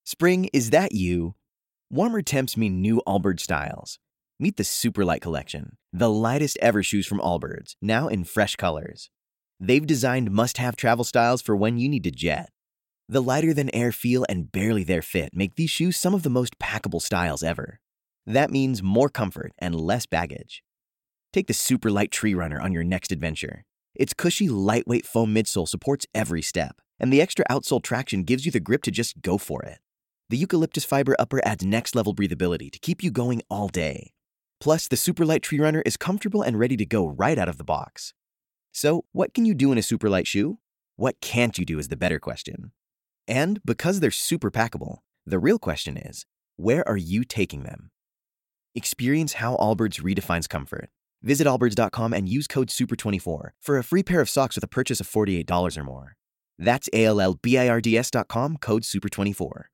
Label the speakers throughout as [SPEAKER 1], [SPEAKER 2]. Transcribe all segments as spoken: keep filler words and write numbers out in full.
[SPEAKER 1] Spring, is that you? Warmer temps mean new Allbirds styles. Meet the Superlight Collection, the lightest ever shoes from Allbirds, now in fresh colors. They've designed must-have travel styles for when you need to jet. The lighter-than-air feel and barely-there fit make these shoes some of the most packable styles ever. That means more comfort and less baggage. Take the Superlight Tree Runner on your next adventure. Its cushy, lightweight foam midsole supports every step, and the extra outsole traction gives you the grip to just go for it. The eucalyptus fiber upper adds next-level breathability to keep you going all day. Plus, the Superlight Tree Runner is comfortable and ready to go right out of the box. So, what can you do in a Superlight shoe? What can't you do is the better question. And because they're super packable, the real question is, where are you taking them? Experience how Allbirds redefines comfort. Visit allbirds dot com and use code super twenty-four for a free pair of socks with a purchase of forty-eight dollars or more. That's A L L B I R D S dot com, code super twenty-four.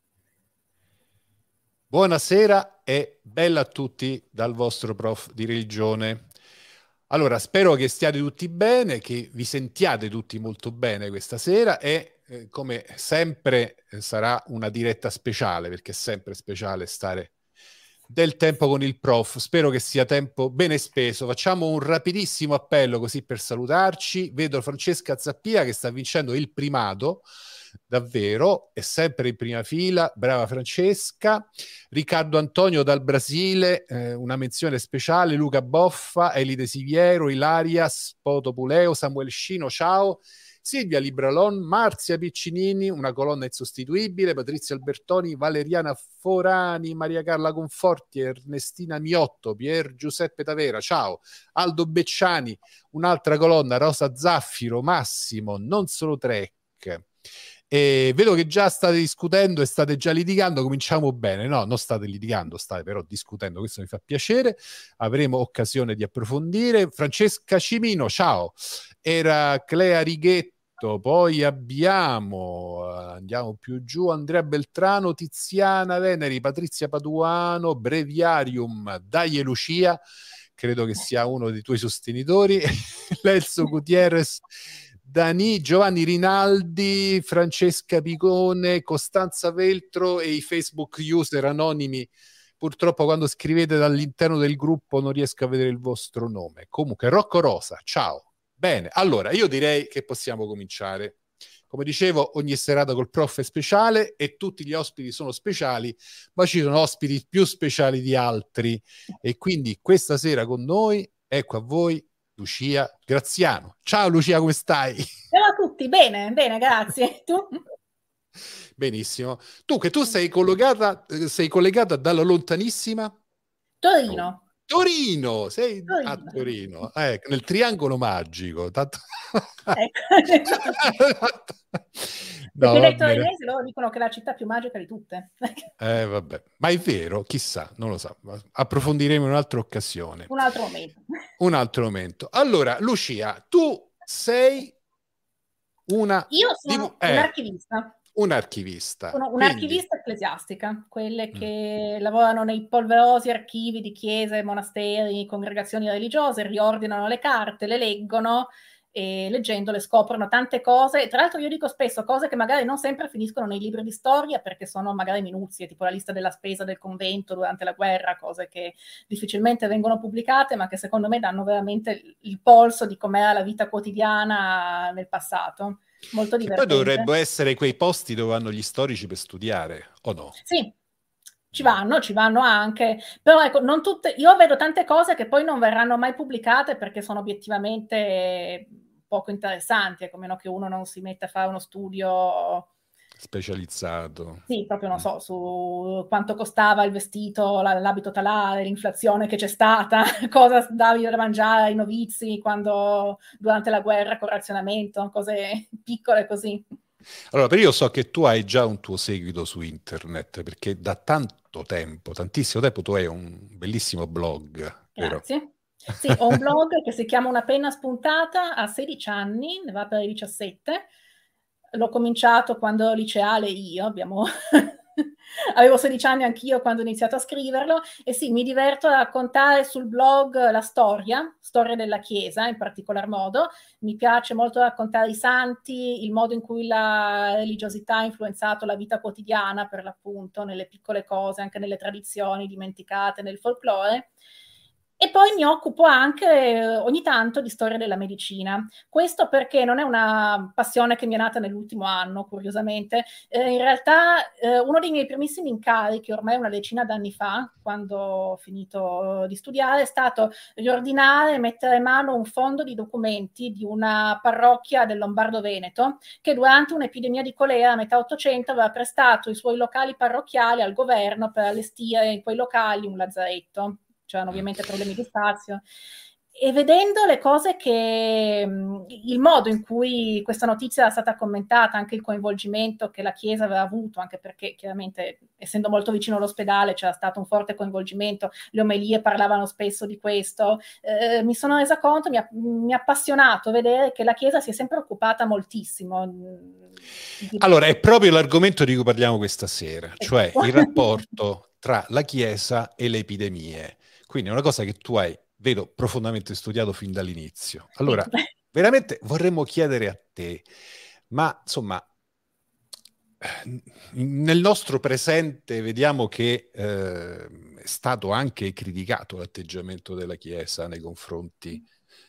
[SPEAKER 2] Buonasera e bella a tutti dal vostro prof di religione. Allora, spero che stiate tutti bene, che vi sentiate tutti molto bene questa sera e eh, come sempre eh, sarà una diretta speciale, perché è sempre speciale stare del tempo con il prof. Spero che sia tempo bene speso. Facciamo un rapidissimo appello così per salutarci. Vedo Francesca Zappia che sta vincendo il primato. Davvero, è sempre in prima fila, brava Francesca. Riccardo Antonio dal Brasile, eh, una menzione speciale, Luca Boffa, Elide Siviero, Ilaria Spotopuleo, Samuel Scino, ciao, Silvia Libralon, Marzia Piccinini, una colonna insostituibile, Patrizia Albertoni, Valeriana Forani, Maria Carla Conforti, Ernestina Miotto, Pier Giuseppe Tavera, ciao, Aldo Becciani, un'altra colonna, Rosa Zaffiro, Massimo, non solo Trek. E vedo che già state discutendo e state già litigando, cominciamo bene. No, non state litigando, state però discutendo, questo mi fa piacere, avremo occasione di approfondire. Francesca Cimino, ciao. Era Clea Righetto, poi abbiamo, andiamo più giù, Andrea Beltrano, Tiziana Veneri, Patrizia Paduano, Breviarium, Daie Lucia, credo che sia uno dei tuoi sostenitori, Lelso Gutierrez, Dani, Giovanni Rinaldi, Francesca Picone, Costanza Veltro e i Facebook user anonimi. Purtroppo quando scrivete dall'interno del gruppo non riesco a vedere il vostro nome. Comunque, Rocco Rosa, ciao. Bene, allora io direi che possiamo cominciare. Come dicevo, ogni serata col prof è speciale e tutti gli ospiti sono speciali, ma ci sono ospiti più speciali di altri. E quindi questa sera con noi, ecco a voi, Lucia Graziano. Ciao Lucia, come stai?
[SPEAKER 3] Ciao a tutti, bene, bene, grazie. Tu?
[SPEAKER 2] Benissimo. Tu che tu sei collegata, sei collegata dalla lontanissima
[SPEAKER 3] Torino.
[SPEAKER 2] Oh. Torino, sei
[SPEAKER 3] Torino.
[SPEAKER 2] a Torino, eh, nel triangolo magico. Tanto...
[SPEAKER 3] No, perché dai torinesi loro dicono che è la città più magica di tutte.
[SPEAKER 2] Eh, vabbè. Ma è vero? Chissà, non lo so. Approfondiremo in un'altra occasione.
[SPEAKER 3] Un altro momento.
[SPEAKER 2] Un altro momento. Allora, Lucia, tu sei una...
[SPEAKER 3] Io sono
[SPEAKER 2] eh,
[SPEAKER 3] un'archivista.
[SPEAKER 2] Un'archivista.
[SPEAKER 3] Sono
[SPEAKER 2] Quindi...
[SPEAKER 3] un'archivista ecclesiastica, quelle che mm. lavorano nei polverosi archivi di chiese, monasteri, congregazioni religiose, riordinano le carte, le leggono e leggendole scoprono tante cose. Tra l'altro io dico spesso cose che magari non sempre finiscono nei libri di storia perché sono magari minuzie, tipo la lista della spesa del convento durante la guerra, cose che difficilmente vengono pubblicate ma che secondo me danno veramente il polso di com'era la vita quotidiana nel passato. Molto divertente.
[SPEAKER 2] Poi dovrebbero essere quei posti dove vanno gli storici per studiare, o no?
[SPEAKER 3] Sì, ci vanno, ci vanno anche, però ecco, non tutte, io vedo tante cose che poi non verranno mai pubblicate perché sono obiettivamente poco interessanti, a meno che uno non si metta a fare uno studio
[SPEAKER 2] specializzato.
[SPEAKER 3] Sì, proprio non so, su quanto costava il vestito, l'abito talare, l'inflazione che c'è stata, cosa davi da mangiare ai novizi quando durante la guerra con razionamento, cose piccole così.
[SPEAKER 2] Allora, però io so che tu hai già un tuo seguito su internet, perché da tanto tempo, tantissimo tempo, tu hai un bellissimo blog.
[SPEAKER 3] Grazie.
[SPEAKER 2] Vero?
[SPEAKER 3] Sì, ho un blog che si chiama Una penna spuntata, ha sedici anni, ne va per i diciassette. L'ho cominciato quando ero liceale io, abbiamo Avevo sedici anni anch'io quando ho iniziato a scriverlo, e sì, mi diverto a raccontare sul blog la storia, storia della Chiesa in particolar modo. Mi piace molto raccontare i santi, il modo in cui la religiosità ha influenzato la vita quotidiana, per l'appunto, nelle piccole cose, anche nelle tradizioni dimenticate, nel folklore. E poi mi occupo anche eh, ogni tanto di storia della medicina. Questo perché non è una passione che mi è nata nell'ultimo anno, curiosamente. Eh, in realtà eh, uno dei miei primissimi incarichi, ormai una decina d'anni fa, quando ho finito di studiare, è stato riordinare e mettere in mano un fondo di documenti di una parrocchia del Lombardo-Veneto che durante un'epidemia di colera a metà Ottocento aveva prestato i suoi locali parrocchiali al governo per allestire in quei locali un lazzaretto. C'erano ovviamente problemi di spazio, e vedendo le cose che il modo in cui questa notizia era stata commentata, anche il coinvolgimento che la Chiesa aveva avuto, anche perché chiaramente essendo molto vicino all'ospedale c'era stato un forte coinvolgimento, le omelie parlavano spesso di questo, eh, mi sono resa conto, mi ha, mi ha appassionato vedere che la Chiesa si è sempre occupata moltissimo.
[SPEAKER 2] Allora, è proprio l'argomento di cui parliamo questa sera, cioè il rapporto tra la Chiesa e le epidemie. Quindi è una cosa che tu hai, vedo, profondamente studiato fin dall'inizio. Allora, veramente vorremmo chiedere a te, ma insomma, nel nostro presente vediamo che eh, è stato anche criticato l'atteggiamento della Chiesa nei confronti,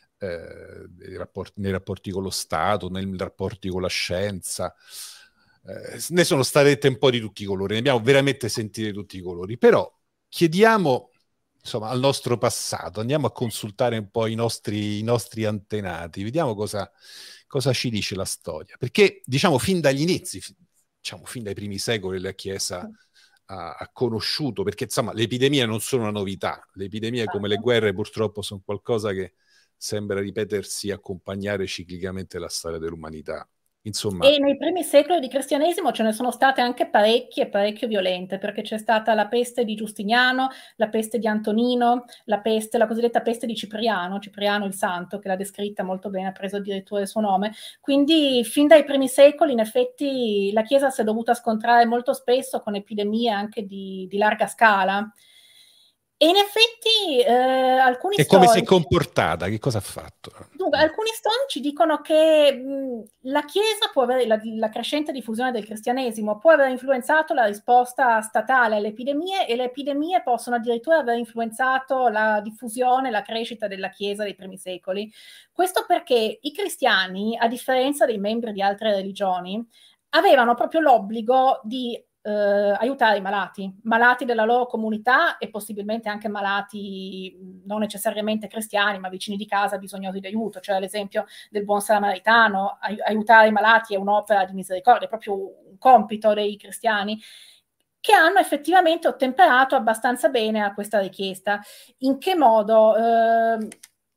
[SPEAKER 2] eh, nei, rapporti, nei rapporti con lo Stato, nei rapporti con la scienza. Eh, ne sono state dette un po' di tutti i colori, ne abbiamo veramente sentite tutti i colori, però chiediamo insomma al nostro passato, andiamo a consultare un po' i nostri, i nostri antenati, vediamo cosa, cosa ci dice la storia, perché diciamo fin dagli inizi, diciamo fin dai primi secoli la Chiesa ha, ha conosciuto, perché insomma le epidemie non sono una novità, le epidemie come le guerre purtroppo sono qualcosa che sembra ripetersi, accompagnare ciclicamente la storia dell'umanità. Insomma,
[SPEAKER 3] e nei primi secoli di cristianesimo ce ne sono state anche parecchie, parecchio violente, perché c'è stata la peste di Giustiniano, la peste di Antonino, la peste, la cosiddetta peste di Cipriano, Cipriano il Santo, che l'ha descritta molto bene, ha preso addirittura il suo nome. Quindi fin dai primi secoli, in effetti, la Chiesa si è dovuta scontrare molto spesso con epidemie anche di, di larga scala. E in effetti eh, alcuni
[SPEAKER 2] e come
[SPEAKER 3] storici...
[SPEAKER 2] si è comportata? Che cosa ha fatto?
[SPEAKER 3] Dunque, alcuni storici dicono che mh, la Chiesa può avere, la, la crescente diffusione del cristianesimo può aver influenzato la risposta statale alle epidemie, e le epidemie possono addirittura aver influenzato la diffusione, la crescita della Chiesa dei primi secoli. Questo perché i cristiani, a differenza dei membri di altre religioni, avevano proprio l'obbligo di eh, aiutare i malati, malati della loro comunità e possibilmente anche malati non necessariamente cristiani, ma vicini di casa bisognosi di aiuto. Cioè l'esempio del buon samaritano, ai- aiutare i malati è un'opera di misericordia, è proprio un compito dei cristiani, che hanno effettivamente ottemperato abbastanza bene a questa richiesta. In che modo? Eh,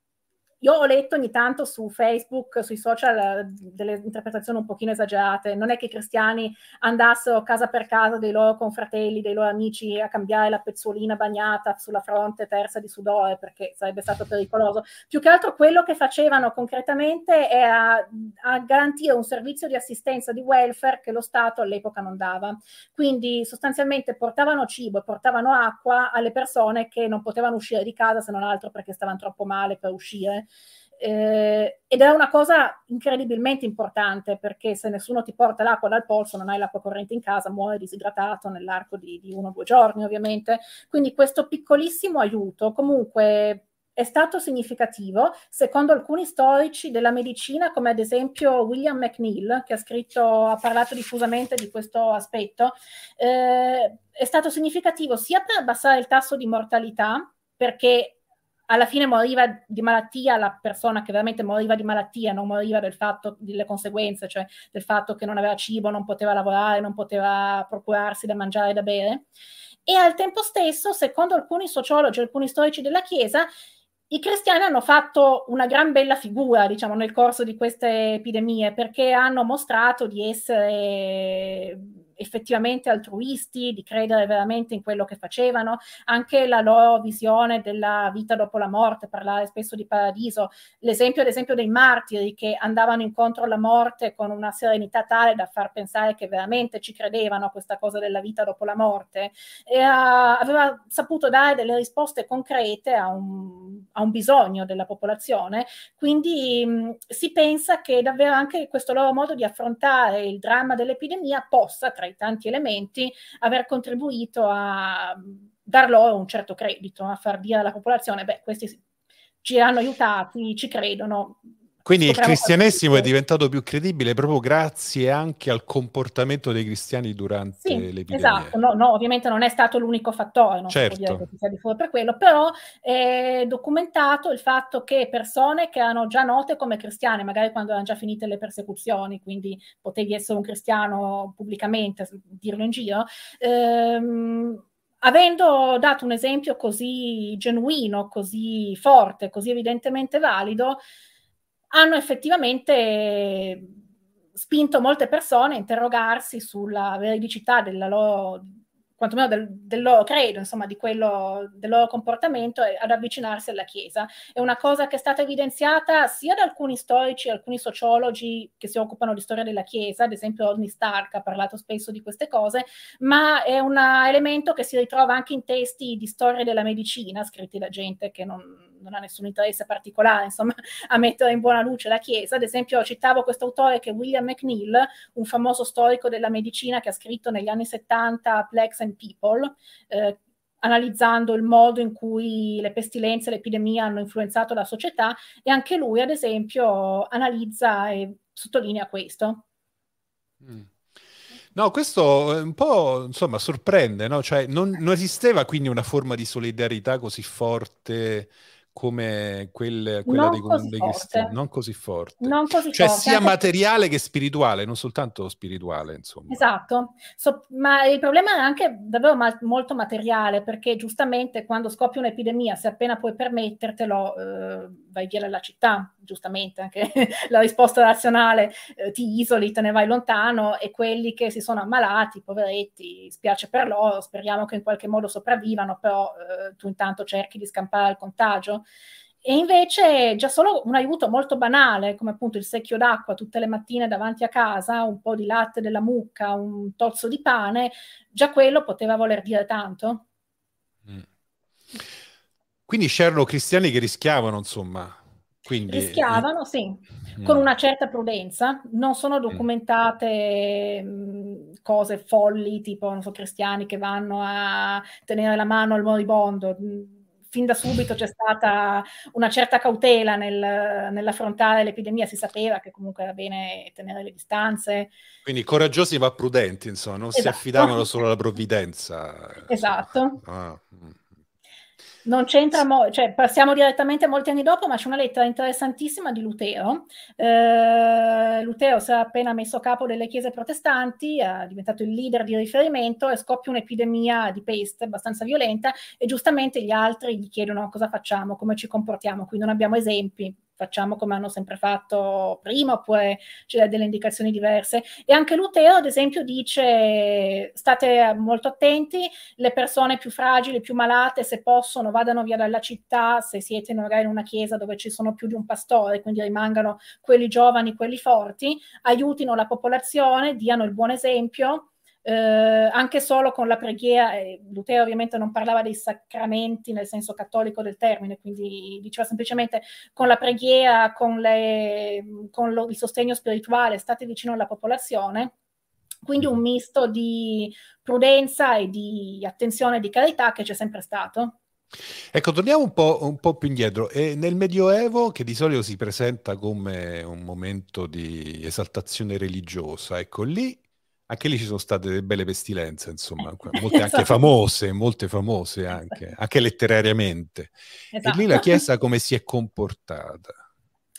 [SPEAKER 3] Io ho letto ogni tanto su Facebook, sui social, delle interpretazioni un pochino esagerate. Non è che i cristiani andassero casa per casa dei loro confratelli, dei loro amici a cambiare la pezzuolina bagnata sulla fronte tersa di sudore, perché sarebbe stato pericoloso. Più che altro quello che facevano concretamente era a garantire un servizio di assistenza di welfare che lo Stato all'epoca non dava. Quindi sostanzialmente portavano cibo e portavano acqua alle persone che non potevano uscire di casa, se non altro perché stavano troppo male per uscire. Eh, ed è una cosa incredibilmente importante, perché se nessuno ti porta l'acqua dal polso, non hai l'acqua corrente in casa, muori disidratato nell'arco di, di uno o due giorni ovviamente. Quindi questo piccolissimo aiuto comunque è stato significativo, secondo alcuni storici della medicina, come ad esempio William McNeill, che ha scritto, ha parlato diffusamente di questo aspetto. Eh, è stato significativo sia per abbassare il tasso di mortalità, perché alla fine moriva di malattia la persona che veramente moriva di malattia, non moriva del fatto, delle conseguenze, cioè del fatto che non aveva cibo, non poteva lavorare, non poteva procurarsi da mangiare e da bere. E al tempo stesso, secondo alcuni sociologi, alcuni storici della Chiesa, i cristiani hanno fatto una gran bella figura, diciamo, nel corso di queste epidemie, perché hanno mostrato di essere effettivamente altruisti, di credere veramente in quello che facevano, anche la loro visione della vita dopo la morte, parlare spesso di paradiso, l'esempio ad esempio dei martiri che andavano incontro alla morte con una serenità tale da far pensare che veramente ci credevano a questa cosa della vita dopo la morte, e uh, aveva saputo dare delle risposte concrete a un, a un bisogno della popolazione, quindi mh, si pensa che davvero anche questo loro modo di affrontare il dramma dell'epidemia possa, tra i tanti elementi, aver contribuito a dar loro un certo credito, a far dire alla popolazione, beh, questi ci hanno aiutati, ci credono.
[SPEAKER 2] Quindi il cristianesimo è diventato più credibile proprio grazie anche al comportamento dei cristiani durante
[SPEAKER 3] sì,
[SPEAKER 2] l'epidemia.
[SPEAKER 3] Esatto, no, no, ovviamente non è stato l'unico fattore, non
[SPEAKER 2] certo.
[SPEAKER 3] si può dire che ci sia di fuori per quello, però è documentato il fatto che persone che erano già note come cristiane, magari quando erano già finite le persecuzioni, quindi potevi essere un cristiano pubblicamente, dirlo in giro, ehm, avendo dato un esempio così genuino, così forte, così evidentemente valido, hanno effettivamente spinto molte persone a interrogarsi sulla veridicità della loro, quantomeno del, del loro credo, insomma, di quello, del loro comportamento, e ad avvicinarsi alla Chiesa. È una cosa che è stata evidenziata sia da alcuni storici, alcuni sociologi che si occupano di storia della Chiesa, ad esempio Rodney Stark ha parlato spesso di queste cose, ma è un elemento che si ritrova anche in testi di storia della medicina, scritti da gente che non, non ha nessun interesse particolare, insomma, a mettere in buona luce la Chiesa. Ad esempio citavo questo autore che è William McNeill, un famoso storico della medicina che ha scritto negli anni settanta Plagues and People, eh, analizzando il modo in cui le pestilenze e le epidemie hanno influenzato la società, e anche lui ad esempio analizza e sottolinea questo.
[SPEAKER 2] Mm. No, questo un po' insomma sorprende, no? Cioè, non, non esisteva quindi una forma di solidarietà così forte come quel, quella dei, dei cristiani, non così forte.
[SPEAKER 3] Non così
[SPEAKER 2] cioè
[SPEAKER 3] forte,
[SPEAKER 2] sia
[SPEAKER 3] anche...
[SPEAKER 2] materiale che spirituale, non soltanto spirituale, insomma.
[SPEAKER 3] Esatto, so, ma il problema è anche davvero ma- molto materiale, perché giustamente quando scoppia un'epidemia, se appena puoi permettertelo, eh, vai via dalla città, giustamente, anche la risposta razionale, eh, ti isoli, te ne vai lontano, e quelli che si sono ammalati, poveretti, spiace per loro, speriamo che in qualche modo sopravvivano, però eh, tu intanto cerchi di scampare il contagio. E invece già solo un aiuto molto banale, come appunto il secchio d'acqua tutte le mattine davanti a casa, un po' di latte della mucca, un tozzo di pane, già quello poteva voler dire tanto.
[SPEAKER 2] Mm. Quindi c'erano cristiani che rischiavano, insomma. Quindi...
[SPEAKER 3] Rischiavano, sì, mm. con una certa prudenza. Non sono documentate mh, cose folli, tipo, non so, cristiani che vanno a tenere la mano al moribondo. Fin da subito c'è stata una certa cautela nel, nell'affrontare l'epidemia, si sapeva che comunque era bene tenere le distanze.
[SPEAKER 2] Quindi coraggiosi ma prudenti, insomma, non esatto. si affidavano solo alla provvidenza.
[SPEAKER 3] Esatto.
[SPEAKER 2] Ah.
[SPEAKER 3] Non c'entra, mo- cioè passiamo direttamente molti anni dopo, ma c'è una lettera interessantissima di Lutero. Eh, Lutero si è appena messo a capo delle chiese protestanti, è diventato il leader di riferimento, e scoppia un'epidemia di peste abbastanza violenta, e giustamente gli altri gli chiedono cosa facciamo, come ci comportiamo. Qui non abbiamo esempi, facciamo come hanno sempre fatto prima, oppure c'è delle indicazioni diverse. E anche Lutero, ad esempio, dice: state molto attenti, le persone più fragili, più malate, se possono, vadano via dalla città, se siete magari in una chiesa dove ci sono più di un pastore, quindi rimangano quelli giovani, quelli forti, aiutino la popolazione, diano il buon esempio. Eh, anche solo con la preghiera. eh, Lutero ovviamente non parlava dei sacramenti nel senso cattolico del termine, quindi diceva semplicemente con la preghiera, con, le, con lo, il sostegno spirituale, state vicino alla popolazione. Quindi un misto di prudenza e di attenzione e di carità che c'è sempre stato.
[SPEAKER 2] Ecco, torniamo un po', un po' più indietro. E nel Medioevo, che di solito si presenta come un momento di esaltazione religiosa, ecco, lì anche lì ci sono state delle belle pestilenze, insomma, molte anche famose, molte famose anche, anche letterariamente. Esatto. E lì la Chiesa come si è comportata?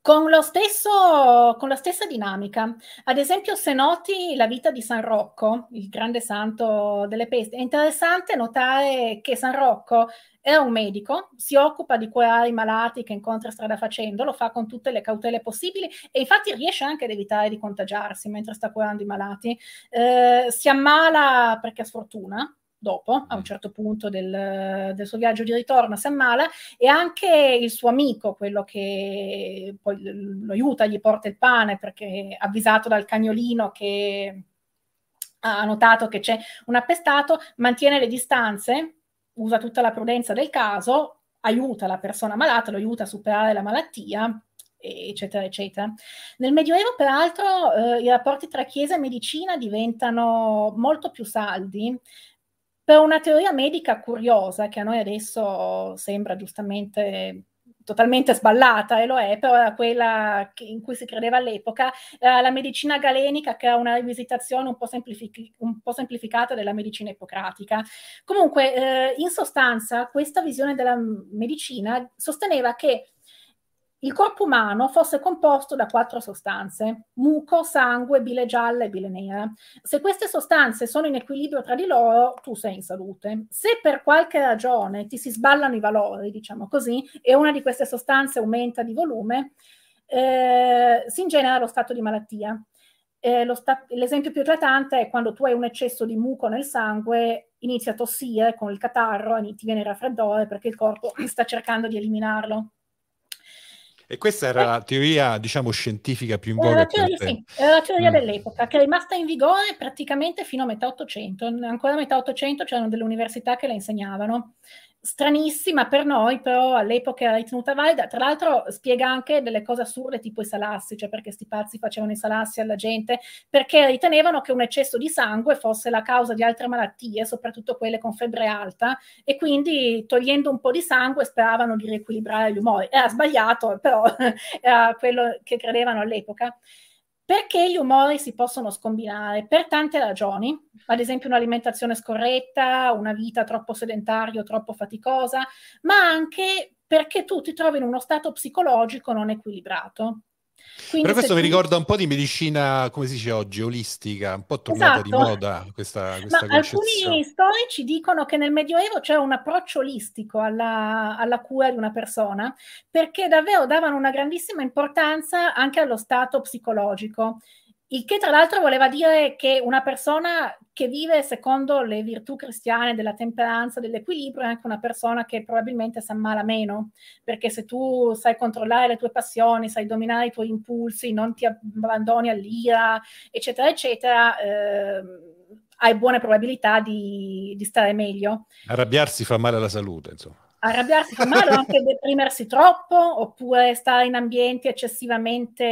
[SPEAKER 3] Con lo stesso, con la stessa dinamica. Ad esempio, se noti la vita di San Rocco, il grande santo delle pesti, è interessante notare che San Rocco era un medico, si occupa di curare i malati che incontra strada facendo, lo fa con tutte le cautele possibili e infatti riesce anche ad evitare di contagiarsi mentre sta curando i malati. Eh, si ammala perché ha sfortuna, dopo, a un certo punto del, del suo viaggio di ritorno, si ammala e anche il suo amico, quello che poi lo aiuta, gli porta il pane perché avvisato dal cagnolino che ha notato che c'è un appestato, mantiene le distanze, usa tutta la prudenza del caso, aiuta la persona malata, lo aiuta a superare la malattia, eccetera, eccetera. Nel Medioevo, peraltro, eh, i rapporti tra Chiesa e medicina diventano molto più saldi, per una teoria medica curiosa, che a noi adesso sembra giustamente totalmente sballata, e lo è, però era quella che, in cui si credeva all'epoca, era la medicina galenica, che era una rivisitazione un po', semplific- un po' semplificata della medicina ippocratica. Comunque, eh, in sostanza, questa visione della medicina sosteneva che il corpo umano fosse composto da quattro sostanze: muco, sangue, bile gialla e bile nera. Se queste sostanze sono in equilibrio tra di loro, tu sei in salute. Se per qualche ragione ti si sballano i valori, diciamo così, e una di queste sostanze aumenta di volume, eh, si ingenera lo stato di malattia. Eh, lo sta- l'esempio più eclatante è quando tu hai un eccesso di muco nel sangue, inizi a tossire con il catarro, ti viene il raffreddore perché il corpo sta cercando di eliminarlo.
[SPEAKER 2] E questa era la teoria, diciamo, scientifica più in
[SPEAKER 3] Era
[SPEAKER 2] voga
[SPEAKER 3] la
[SPEAKER 2] a quel
[SPEAKER 3] teoria,
[SPEAKER 2] tempo.
[SPEAKER 3] sì, era la teoria
[SPEAKER 2] Mm.
[SPEAKER 3] dell'epoca, che è rimasta in vigore praticamente fino a metà Ottocento. Ancora a metà Ottocento c'erano delle università che la insegnavano. Stranissima per noi, però all'epoca era ritenuta valida. Tra l'altro spiega anche delle cose assurde, tipo i salassi, cioè perché sti pazzi facevano i salassi alla gente, perché ritenevano che un eccesso di sangue fosse la causa di altre malattie, soprattutto quelle con febbre alta, e quindi togliendo un po' di sangue speravano di riequilibrare gli umori. Era sbagliato, però era quello che credevano all'epoca. Perché gli umori si possono scombinare? Per tante ragioni, ad esempio un'alimentazione scorretta, una vita troppo sedentaria o troppo faticosa, ma anche perché tu ti trovi in uno stato psicologico non equilibrato. Quindi
[SPEAKER 2] Però questo
[SPEAKER 3] se
[SPEAKER 2] mi
[SPEAKER 3] tu...
[SPEAKER 2] ricorda un po' di medicina, come si dice oggi, olistica, un po' tornata
[SPEAKER 3] Esatto.
[SPEAKER 2] di moda questa, questa
[SPEAKER 3] Ma
[SPEAKER 2] concezione.
[SPEAKER 3] alcuni storici dicono che nel Medioevo c'era un approccio olistico alla, alla cura di una persona, perché davvero davano una grandissima importanza anche allo stato psicologico, il che tra l'altro voleva dire che una persona che vive secondo le virtù cristiane della temperanza, dell'equilibrio, è anche una persona che probabilmente si ammala meno, perché se tu sai controllare le tue passioni, sai dominare i tuoi impulsi, non ti abbandoni all'ira, eccetera, eccetera, eh, hai buone probabilità di, di stare meglio.
[SPEAKER 2] Arrabbiarsi fa male alla salute, insomma.
[SPEAKER 3] Arrabbiarsi fa male o anche deprimersi troppo, oppure stare in ambienti eccessivamente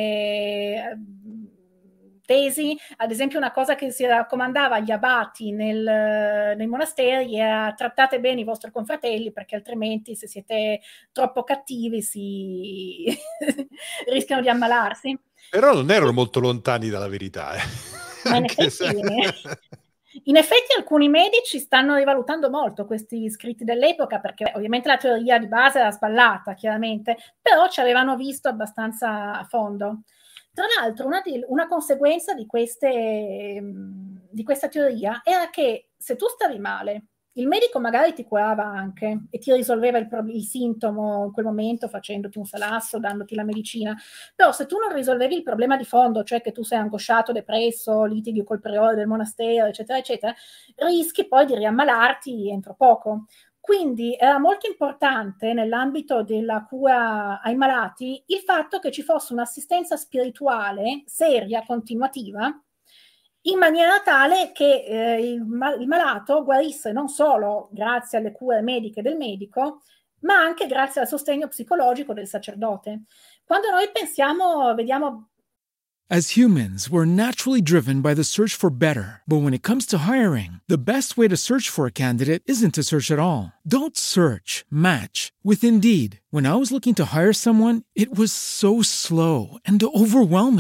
[SPEAKER 3] tesi. Ad esempio, una cosa che si raccomandava agli abati nel, nei monasteri era: trattate bene i vostri confratelli, perché altrimenti, se siete troppo cattivi, si rischiano di ammalarsi.
[SPEAKER 2] Però non erano molto lontani dalla verità. Eh.
[SPEAKER 3] Ma in effetti, se... in effetti alcuni medici stanno rivalutando molto questi scritti dell'epoca, perché ovviamente la teoria di base era sballata, chiaramente, però ci avevano visto abbastanza a fondo. Tra l'altro, una, di, una conseguenza di, queste, di questa teoria era che se tu stavi male, il medico magari ti curava anche e ti risolveva il, il sintomo in quel momento facendoti un salasso, dandoti la medicina, però se tu non risolvevi il problema di fondo, cioè che tu sei angosciato, depresso, litighi col priore del monastero, eccetera, eccetera, rischi poi di riammalarti entro poco. Quindi era molto importante nell'ambito della cura ai malati il fatto che ci fosse un'assistenza spirituale seria, continuativa, in maniera tale che eh, il, mal- il malato guarisse non solo grazie alle cure mediche del medico, ma anche grazie al sostegno psicologico del sacerdote. Quando noi pensiamo, vediamo...
[SPEAKER 4] As humans, we're naturally driven by the search for better. But when it comes to hiring, the best way to search for a candidate isn't to search at all. Don't search, match with Indeed. When I was looking to hire someone, it was so slow and overwhelming.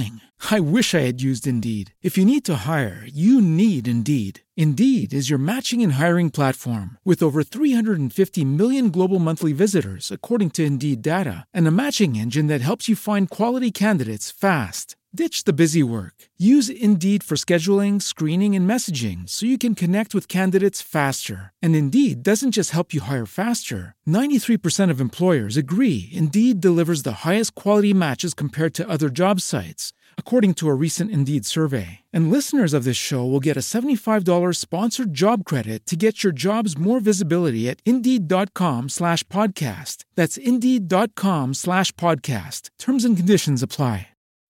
[SPEAKER 4] I wish I had used Indeed. If you need to hire, you need Indeed. Indeed is your matching and hiring platform with over three hundred fifty million global monthly visitors, according to Indeed data, and a matching engine that helps you find quality candidates fast. Ditch the busy work. Use Indeed for scheduling, screening, and messaging so you can connect with candidates faster. And Indeed doesn't just help you hire faster. ninety-three percent of employers agree Indeed delivers the highest quality matches compared to other job sites, according to a recent Indeed survey. And listeners of this show will get a seventy-five dollars sponsored job credit to get your jobs more visibility at Indeed.com slash podcast. That's Indeed.com slash podcast. Terms and conditions apply.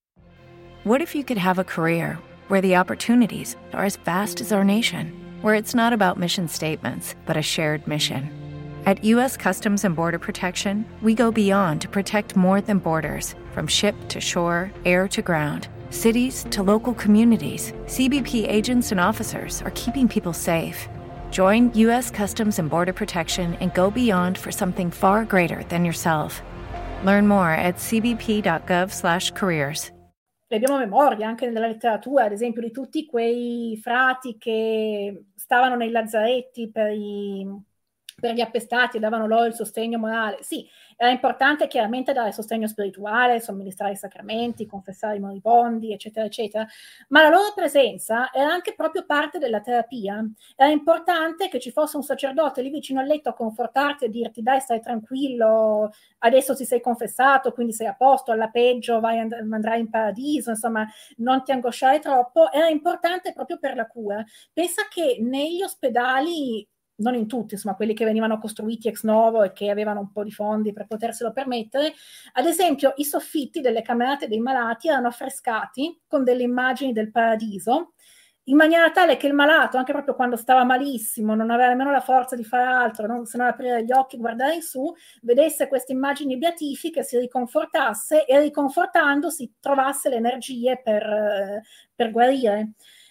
[SPEAKER 5] What if you could have a career where the opportunities are as vast as our nation, where it's not about mission statements, but a shared mission? At U S Customs and Border Protection, we go beyond to protect more than borders. From ship to shore, air to ground, cities to local communities, C B P agents and officers are keeping people safe. Join U S Customs and Border Protection and go beyond for something far greater than yourself. Learn more at c b p dot gov slash careers.
[SPEAKER 3] E abbiamo memoria anche nella letteratura, ad esempio, di tutti quei frati che stavano nei lazzaretti per i... per gli appestati e davano loro il sostegno morale. Sì, era importante chiaramente dare sostegno spirituale, somministrare i sacramenti, confessare i moribondi, eccetera, eccetera, ma la loro presenza era anche proprio parte della terapia. Era importante che ci fosse un sacerdote lì vicino al letto a confortarti e dirti: dai, stai tranquillo, adesso ti sei confessato, quindi sei a posto, alla peggio vai and- andrai in paradiso, insomma, non ti angosciare troppo. Era importante proprio per la cura. Pensa che negli ospedali, non in tutti, insomma, quelli che venivano costruiti ex novo e che avevano un po' di fondi per poterselo permettere, ad esempio i soffitti delle camerate dei malati erano affrescati con delle immagini del paradiso, in maniera tale che il malato, anche proprio quando stava malissimo, non aveva nemmeno la forza di fare altro, non, se non aprire gli occhi, guardare in su, vedesse queste immagini beatifiche, si riconfortasse e riconfortandosi trovasse le energie per, per guarire.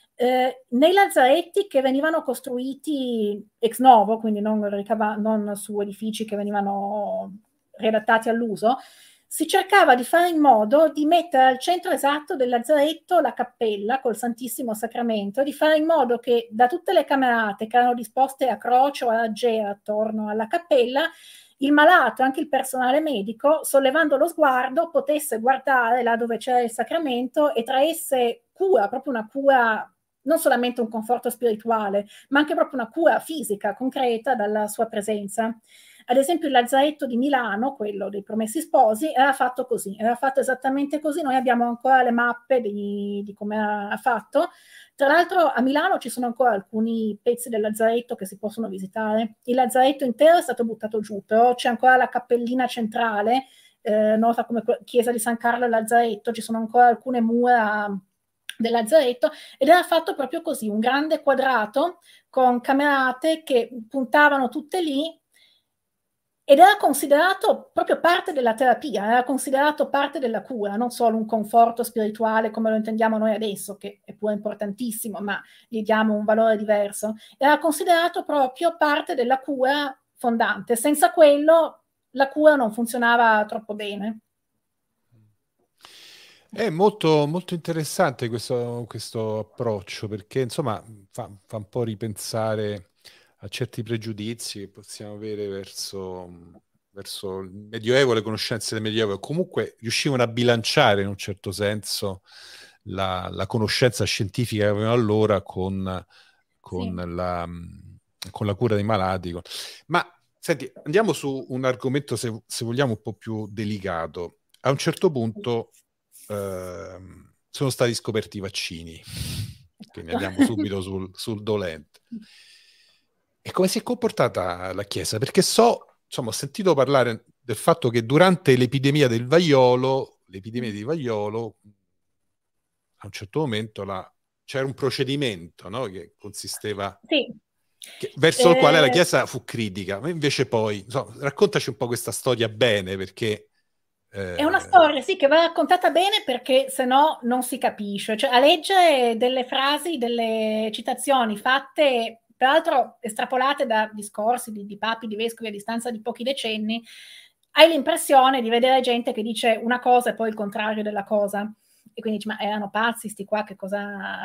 [SPEAKER 3] Eh, nei lazzaretti che venivano costruiti ex novo, quindi non, ricava- non su edifici che venivano riadattati all'uso, si cercava di fare in modo di mettere al centro esatto del lazzaretto la cappella col Santissimo Sacramento, di fare in modo che da tutte le camerate che erano disposte a croce o a raggiera attorno alla cappella, il malato e anche il personale medico, sollevando lo sguardo, potesse guardare là dove c'era il sacramento e traesse cura, proprio una cura, non solamente un conforto spirituale, ma anche proprio una cura fisica, concreta dalla sua presenza. Ad esempio il lazzaretto di Milano, quello dei Promessi Sposi, era fatto così, era fatto esattamente così. Noi abbiamo ancora le mappe di, di come era fatto. Tra l'altro a Milano ci sono ancora alcuni pezzi del lazzaretto che si possono visitare. Il lazzaretto intero è stato buttato giù, però c'è ancora la cappellina centrale, eh, nota come chiesa di San Carlo e Lazzaretto, ci sono ancora alcune mura del lazzaretto, ed era fatto proprio così, un grande quadrato con camerate che puntavano tutte lì, ed era considerato proprio parte della terapia, era considerato parte della cura, non solo un conforto spirituale come lo intendiamo noi adesso, che è pure importantissimo, ma gli diamo un valore diverso. Era considerato proprio parte della cura fondante. Senza quello la cura non funzionava troppo bene.
[SPEAKER 2] È molto, molto interessante questo, questo approccio, perché insomma fa, fa un po' ripensare a certi pregiudizi che possiamo avere verso, verso il Medioevo, le conoscenze del Medioevo, e comunque riuscivano a bilanciare in un certo senso la, la conoscenza scientifica che avevano allora con, con, sì. la, con la cura dei malati. Ma senti, andiamo su un argomento, se, se vogliamo, un po' più delicato. A un certo punto eh, sono stati scoperti i vaccini, quindi andiamo subito sul, sul dolente. E come si è comportata la Chiesa? Perché so, insomma, ho sentito parlare del fatto che durante l'epidemia del vaiolo, l'epidemia di vaiolo, a un certo momento la, c'era un procedimento, no? Che consisteva,
[SPEAKER 3] sì.
[SPEAKER 2] che, verso eh... il quale la Chiesa fu critica, ma invece poi, insomma, raccontaci un po' questa storia bene, perché
[SPEAKER 3] Eh... È una storia, sì, che va raccontata bene, perché se no non si capisce. Cioè, a leggere delle frasi, delle citazioni fatte, peraltro estrapolate da discorsi di, di papi, di vescovi a distanza di pochi decenni, hai l'impressione di vedere gente che dice una cosa e poi il contrario della cosa. e quindi dici, ma erano pazzi sti qua, che cosa,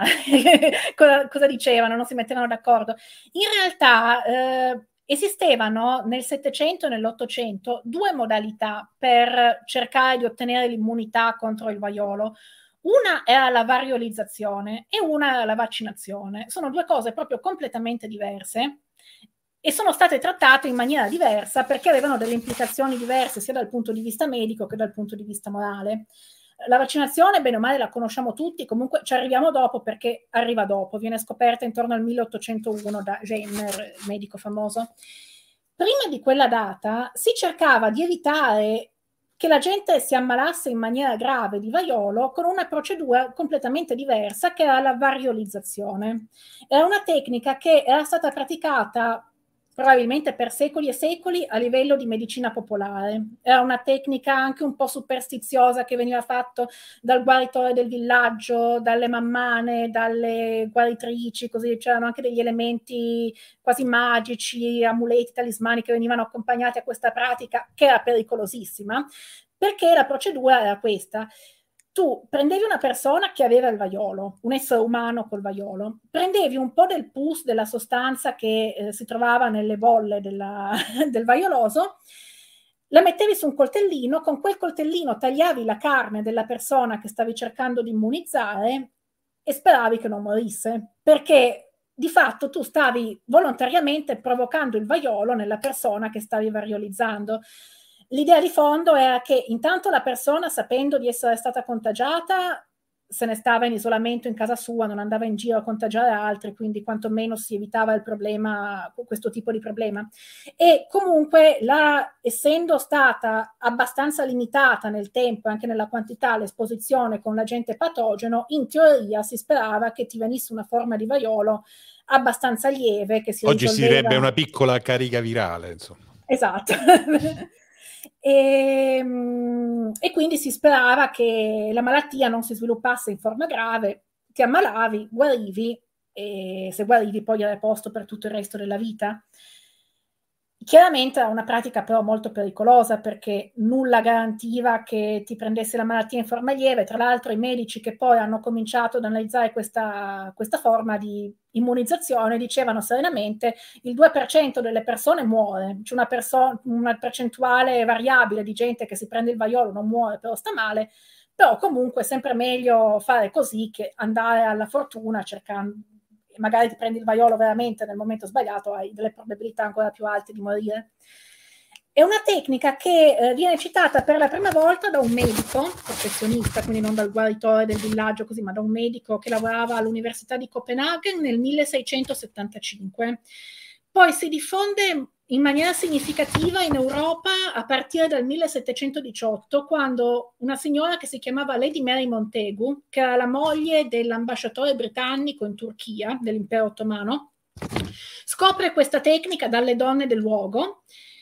[SPEAKER 3] cosa, cosa dicevano, non si mettevano d'accordo. In realtà eh, esistevano nel Settecento e nell'Ottocento due modalità per cercare di ottenere l'immunità contro il vaiolo. Una era la variolizzazione e una era la vaccinazione. Sono due cose proprio completamente diverse e sono state trattate in maniera diversa perché avevano delle implicazioni diverse sia dal punto di vista medico che dal punto di vista morale. La vaccinazione, bene o male, la conosciamo tutti, comunque ci arriviamo dopo perché arriva dopo, viene scoperta intorno al milleottocentouno da Jenner, il medico famoso. Prima di quella data si cercava di evitare che la gente si ammalasse in maniera grave di vaiolo con una procedura completamente diversa che era la variolizzazione. Era una tecnica che era stata praticata probabilmente per secoli e secoli a livello di medicina popolare. Era una tecnica anche un po' superstiziosa che veniva fatto dal guaritore del villaggio, dalle mammane, dalle guaritrici, così c'erano anche degli elementi quasi magici, amuleti, talismani che venivano accompagnati a questa pratica che era pericolosissima, perché la procedura era questa. Tu prendevi una persona che aveva il vaiolo, un essere umano col vaiolo, prendevi un po' del pus, della sostanza che eh, si trovava nelle bolle della, del vaioloso, la mettevi su un coltellino, con quel coltellino tagliavi la carne della persona che stavi cercando di immunizzare e speravi che non morisse, perché di fatto tu stavi volontariamente provocando il vaiolo nella persona che stavi variolizzando. L'idea di fondo era che intanto la persona, sapendo di essere stata contagiata, se ne stava in isolamento in casa sua, non andava in giro a contagiare altri, quindi quantomeno si evitava il problema, questo tipo di problema. E comunque, la, essendo stata abbastanza limitata nel tempo e anche nella quantità l'esposizione con l'agente patogeno, in teoria si sperava che ti venisse una forma di vaiolo abbastanza lieve. Che si
[SPEAKER 2] Oggi
[SPEAKER 3] risolveva...
[SPEAKER 2] si direbbe una piccola carica virale, insomma.
[SPEAKER 3] Esatto. E, e quindi si sperava che la malattia non si sviluppasse in forma grave, ti ammalavi, guarivi e se guarivi poi eri a posto per tutto il resto della vita. Chiaramente era una pratica però molto pericolosa perché nulla garantiva che ti prendesse la malattia in forma lieve. Tra l'altro i medici che poi hanno cominciato ad analizzare questa, questa forma di immunizzazione dicevano serenamente il due per cento delle persone muore, c'è una, perso- una percentuale variabile di gente che si prende il vaiolo, non muore però sta male, però comunque è sempre meglio fare così che andare alla fortuna cercando, magari ti prendi il vaiolo veramente nel momento sbagliato, hai delle probabilità ancora più alte di morire. È una tecnica che eh, viene citata per la prima volta da un medico professionista, quindi non dal guaritore del villaggio così, ma da un medico che lavorava all'Università di Copenaghen nel milleseicentosettantacinque. Poi si diffonde in maniera significativa in Europa a partire dal millesettecentodiciotto, quando una signora che si chiamava Lady Mary Montegu, che era la moglie dell'ambasciatore britannico in Turchia, dell'impero ottomano, scopre questa tecnica dalle donne del luogo.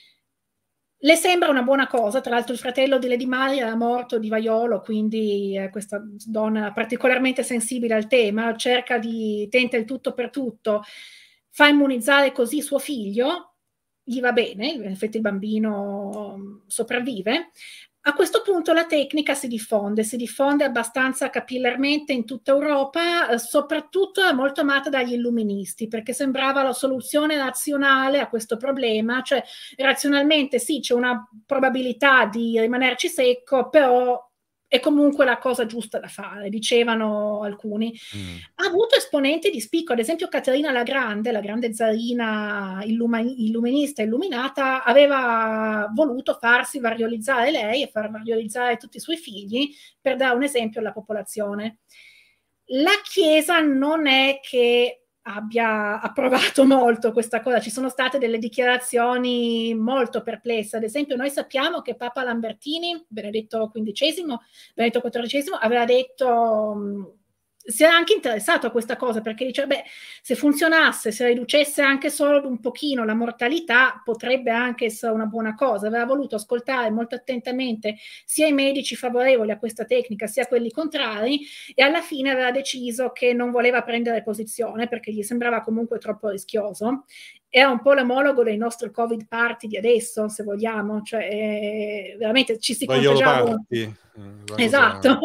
[SPEAKER 3] Le sembra una buona cosa, tra l'altro il fratello di Lady Mary era morto di vaiolo, quindi eh, questa donna particolarmente sensibile al tema, cerca di, tenta il tutto per tutto, fa immunizzare così suo figlio, gli va bene, in effetti il bambino sopravvive. A questo punto la tecnica si diffonde, si diffonde abbastanza capillarmente in tutta Europa, eh, soprattutto è molto amata dagli illuministi, perché sembrava la soluzione razionale a questo problema, cioè razionalmente sì, c'è una probabilità di rimanerci secco, però è comunque la cosa giusta da fare, dicevano alcuni. Mm. Ha avuto esponenti di spicco, ad esempio Caterina la Grande, la grande zarina illuma- illuminista illuminata, aveva voluto farsi variolizzare lei e far variolizzare tutti i suoi figli per dare un esempio alla popolazione. La Chiesa non è che abbia approvato molto questa cosa, ci sono state delle dichiarazioni molto perplesse. Ad esempio noi sappiamo che Papa Lambertini, Benedetto quindicesimo, Benedetto quattordicesimo, aveva detto, si era anche interessato a questa cosa, perché diceva, beh, se funzionasse, se riducesse anche solo un pochino la mortalità, potrebbe anche essere una buona cosa. Aveva voluto ascoltare molto attentamente sia i medici favorevoli a questa tecnica, sia quelli contrari, e alla fine aveva deciso che non voleva prendere posizione, perché gli sembrava comunque troppo rischioso. era un po' l'omologo del nostro Covid party di adesso, se vogliamo, cioè eh, veramente ci si contagiava. Esatto.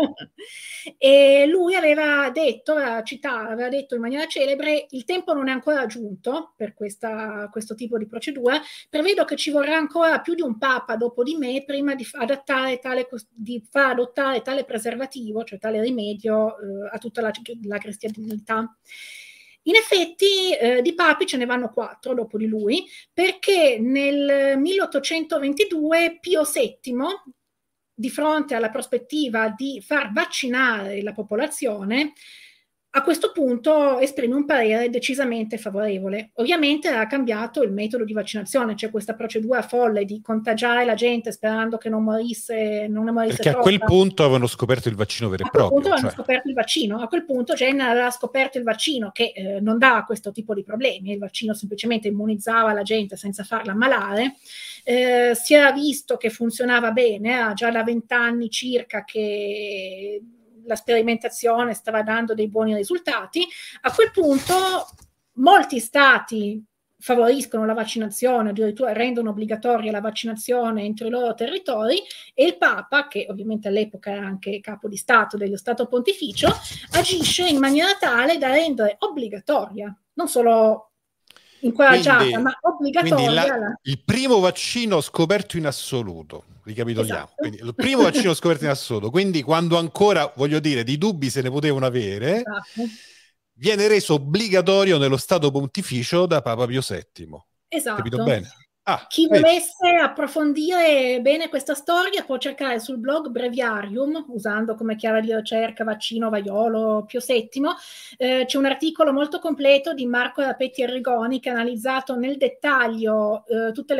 [SPEAKER 3] E lui aveva detto, aveva citato, aveva detto in maniera celebre: il tempo non è ancora giunto per questa, questo tipo di procedura, prevedo che ci vorrà ancora più di un papa dopo di me prima di adattare tale, di far adottare tale preservativo, cioè tale rimedio eh, a tutta la, la cristianità. In effetti eh, di papi ce ne vanno quattro dopo di lui, perché nel milleottocentoventidue Pio settimo, di fronte alla prospettiva di far vaccinare la popolazione, a questo punto esprime un parere decisamente favorevole. Ovviamente ha cambiato il metodo di vaccinazione, c'è questa procedura folle di contagiare la gente sperando che non morisse, non ne morisse
[SPEAKER 2] Perché
[SPEAKER 3] troppa.
[SPEAKER 2] A quel punto avevano scoperto il vaccino vero e proprio.
[SPEAKER 3] A quel punto
[SPEAKER 2] cioè...
[SPEAKER 3] avevano scoperto il vaccino. A quel punto Jenner aveva scoperto il vaccino che eh, non dà questo tipo di problemi. Il vaccino semplicemente immunizzava la gente senza farla ammalare. Eh, si era visto che funzionava bene, era già da vent'anni circa che la sperimentazione stava dando dei buoni risultati. A quel punto molti stati favoriscono la vaccinazione, addirittura rendono obbligatoria la vaccinazione entro i loro territori, e il Papa, che ovviamente all'epoca era anche capo di Stato dello Stato Pontificio, agisce in maniera tale da rendere obbligatoria, non solo incoraggiata,
[SPEAKER 2] quindi,
[SPEAKER 3] ma obbligatoria.
[SPEAKER 2] Quindi la,
[SPEAKER 3] la...
[SPEAKER 2] il primo vaccino scoperto in assoluto, ricapitoliamo,
[SPEAKER 3] esatto.
[SPEAKER 2] Quindi, il primo vaccino scoperto in assoluto, quindi quando ancora, voglio dire, di dubbi se ne potevano avere,
[SPEAKER 3] esatto.
[SPEAKER 2] viene reso obbligatorio nello Stato Pontificio da Papa Pio settimo.
[SPEAKER 3] Esatto.
[SPEAKER 2] Capito bene? Ah,
[SPEAKER 3] Chi
[SPEAKER 2] vedi.
[SPEAKER 3] volesse approfondire bene questa storia può cercare sul blog Breviarium, usando come chiave di ricerca vaccino, vaiolo, Pio settimo. Eh, c'è un articolo molto completo di Marco Rapetti Arrigoni che ha analizzato nel dettaglio eh, tutti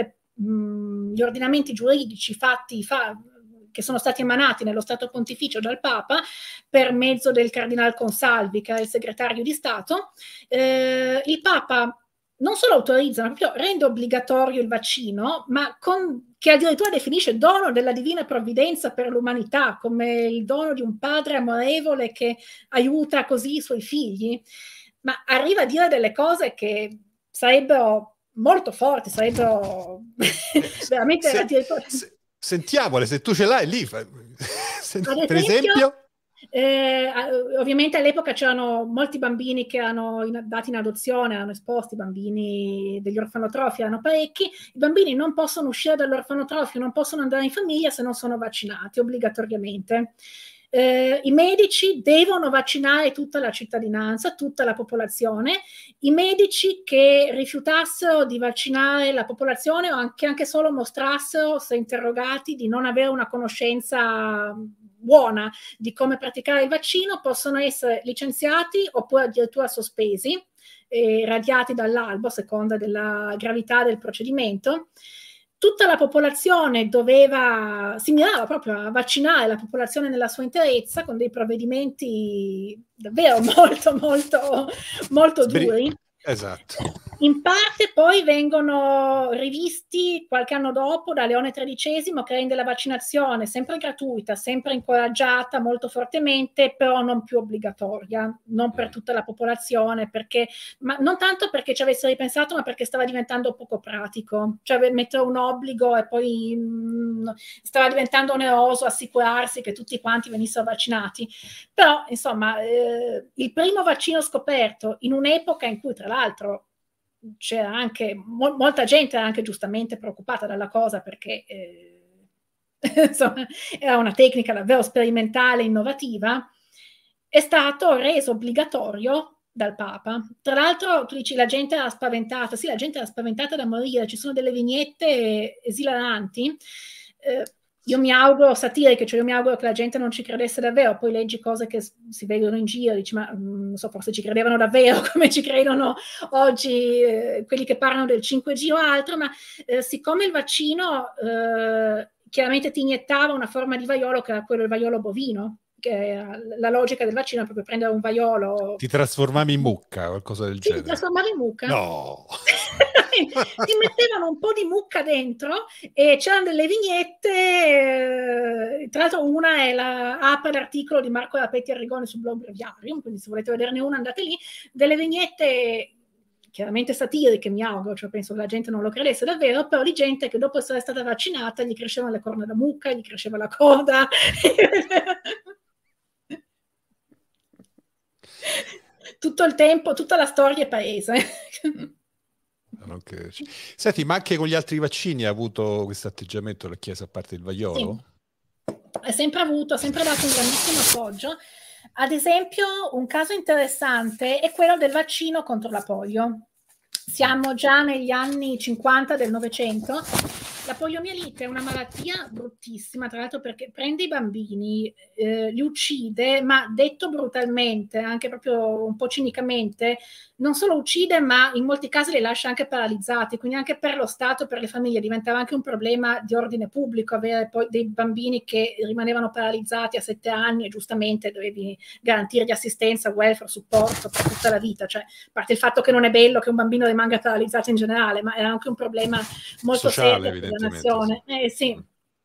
[SPEAKER 3] gli ordinamenti giuridici fatti fa, che sono stati emanati nello Stato Pontificio dal Papa per mezzo del Cardinal Consalvi, che era il segretario di Stato. Eh, il Papa non solo autorizza, ma proprio rende obbligatorio il vaccino, ma con, che addirittura definisce dono della divina provvidenza per l'umanità, come il dono di un padre amorevole che aiuta così i suoi figli. Ma arriva a dire delle cose che sarebbero molto forti, sarebbero veramente...
[SPEAKER 2] Se,
[SPEAKER 3] addirittura...
[SPEAKER 2] se, sentiamole, se tu ce l'hai lì. Per
[SPEAKER 3] esempio,
[SPEAKER 2] esempio...
[SPEAKER 3] Eh, ovviamente all'epoca c'erano molti bambini che erano in, dati in adozione, erano esposti, bambini degli orfanotrofi, erano parecchi. I bambini non possono uscire dall'orfanotrofio, non possono andare in famiglia se non sono vaccinati obbligatoriamente. Eh, I medici devono vaccinare tutta la cittadinanza, tutta la popolazione. I medici che rifiutassero di vaccinare la popolazione o anche, anche solo mostrassero, se interrogati, di non avere una conoscenza buona di come praticare il vaccino, possono essere licenziati oppure addirittura sospesi, eh, radiati dall'albo a seconda della gravità del procedimento. Tutta la popolazione doveva, si mirava proprio a vaccinare la popolazione nella sua interezza con dei provvedimenti davvero molto, molto, molto duri.
[SPEAKER 2] Esatto.
[SPEAKER 3] In parte poi vengono rivisti qualche anno dopo da Leone tredicesimo, che rende la vaccinazione sempre gratuita, sempre incoraggiata molto fortemente, però non più obbligatoria, non per tutta la popolazione, perché, ma non tanto perché ci avesse ripensato, ma perché stava diventando poco pratico, cioè mettere un obbligo e poi mh, stava diventando oneroso assicurarsi che tutti quanti venissero vaccinati. Però insomma eh, il primo vaccino scoperto in un'epoca in cui tra l'altro c'era anche mo- molta gente era anche giustamente preoccupata dalla cosa, perché eh, insomma, era una tecnica davvero sperimentale, innovativa, è stato reso obbligatorio dal Papa. Tra l'altro tu dici la gente era spaventata, sì, la gente era spaventata da morire, ci sono delle vignette esilaranti, eh, io mi auguro satiriche, cioè io mi auguro che la gente non ci credesse davvero, poi leggi cose che si vedono in giro, dici ma non so, forse ci credevano davvero come ci credono oggi eh, quelli che parlano del cinque G o altro, ma eh, siccome il vaccino eh, chiaramente ti iniettava una forma di vaiolo che era quello del vaiolo bovino, che la logica del vaccino è proprio prendere un vaiolo,
[SPEAKER 2] ti trasformavi in mucca o qualcosa del
[SPEAKER 3] sì,
[SPEAKER 2] genere.
[SPEAKER 3] ti trasformavi in mucca?
[SPEAKER 2] No.
[SPEAKER 3] Ti mettevano un po' di mucca dentro e c'erano delle vignette, eh, tra l'altro una è la, apre l'articolo di Marco Rapetti Arrigoni sul blog Breviarium, quindi se volete vederne una andate lì, delle vignette chiaramente satiriche, mi auguro, cioè penso che la gente non lo credesse davvero, però di gente che dopo essere stata vaccinata gli crescevano le corna da mucca, gli cresceva la coda. Tutto il tempo, tutta la storia è paese.
[SPEAKER 2] Non credo. Senti, ma anche con gli altri vaccini ha avuto questo atteggiamento la Chiesa, a parte il vaiolo?
[SPEAKER 3] Sì. È sempre avuto, ha sempre dato un grandissimo appoggio. Ad esempio, un caso interessante è quello del vaccino contro la polio. Siamo già negli anni cinquanta del Novecento. La poliomielite è una malattia bruttissima, tra l'altro perché prende i bambini, eh, li uccide, ma detto brutalmente, anche proprio un po' cinicamente, non solo uccide, ma in molti casi li lascia anche paralizzati, quindi anche per lo Stato, per le famiglie, diventava anche un problema di ordine pubblico avere poi dei bambini che rimanevano paralizzati a sette anni e giustamente dovevi garantirgli assistenza, welfare, supporto per tutta la vita, cioè a parte il fatto che non è bello che un bambino rimanga paralizzato in generale, ma era anche un problema molto
[SPEAKER 2] sociale,
[SPEAKER 3] serio per la nazione.
[SPEAKER 2] sì.
[SPEAKER 3] Eh, sì.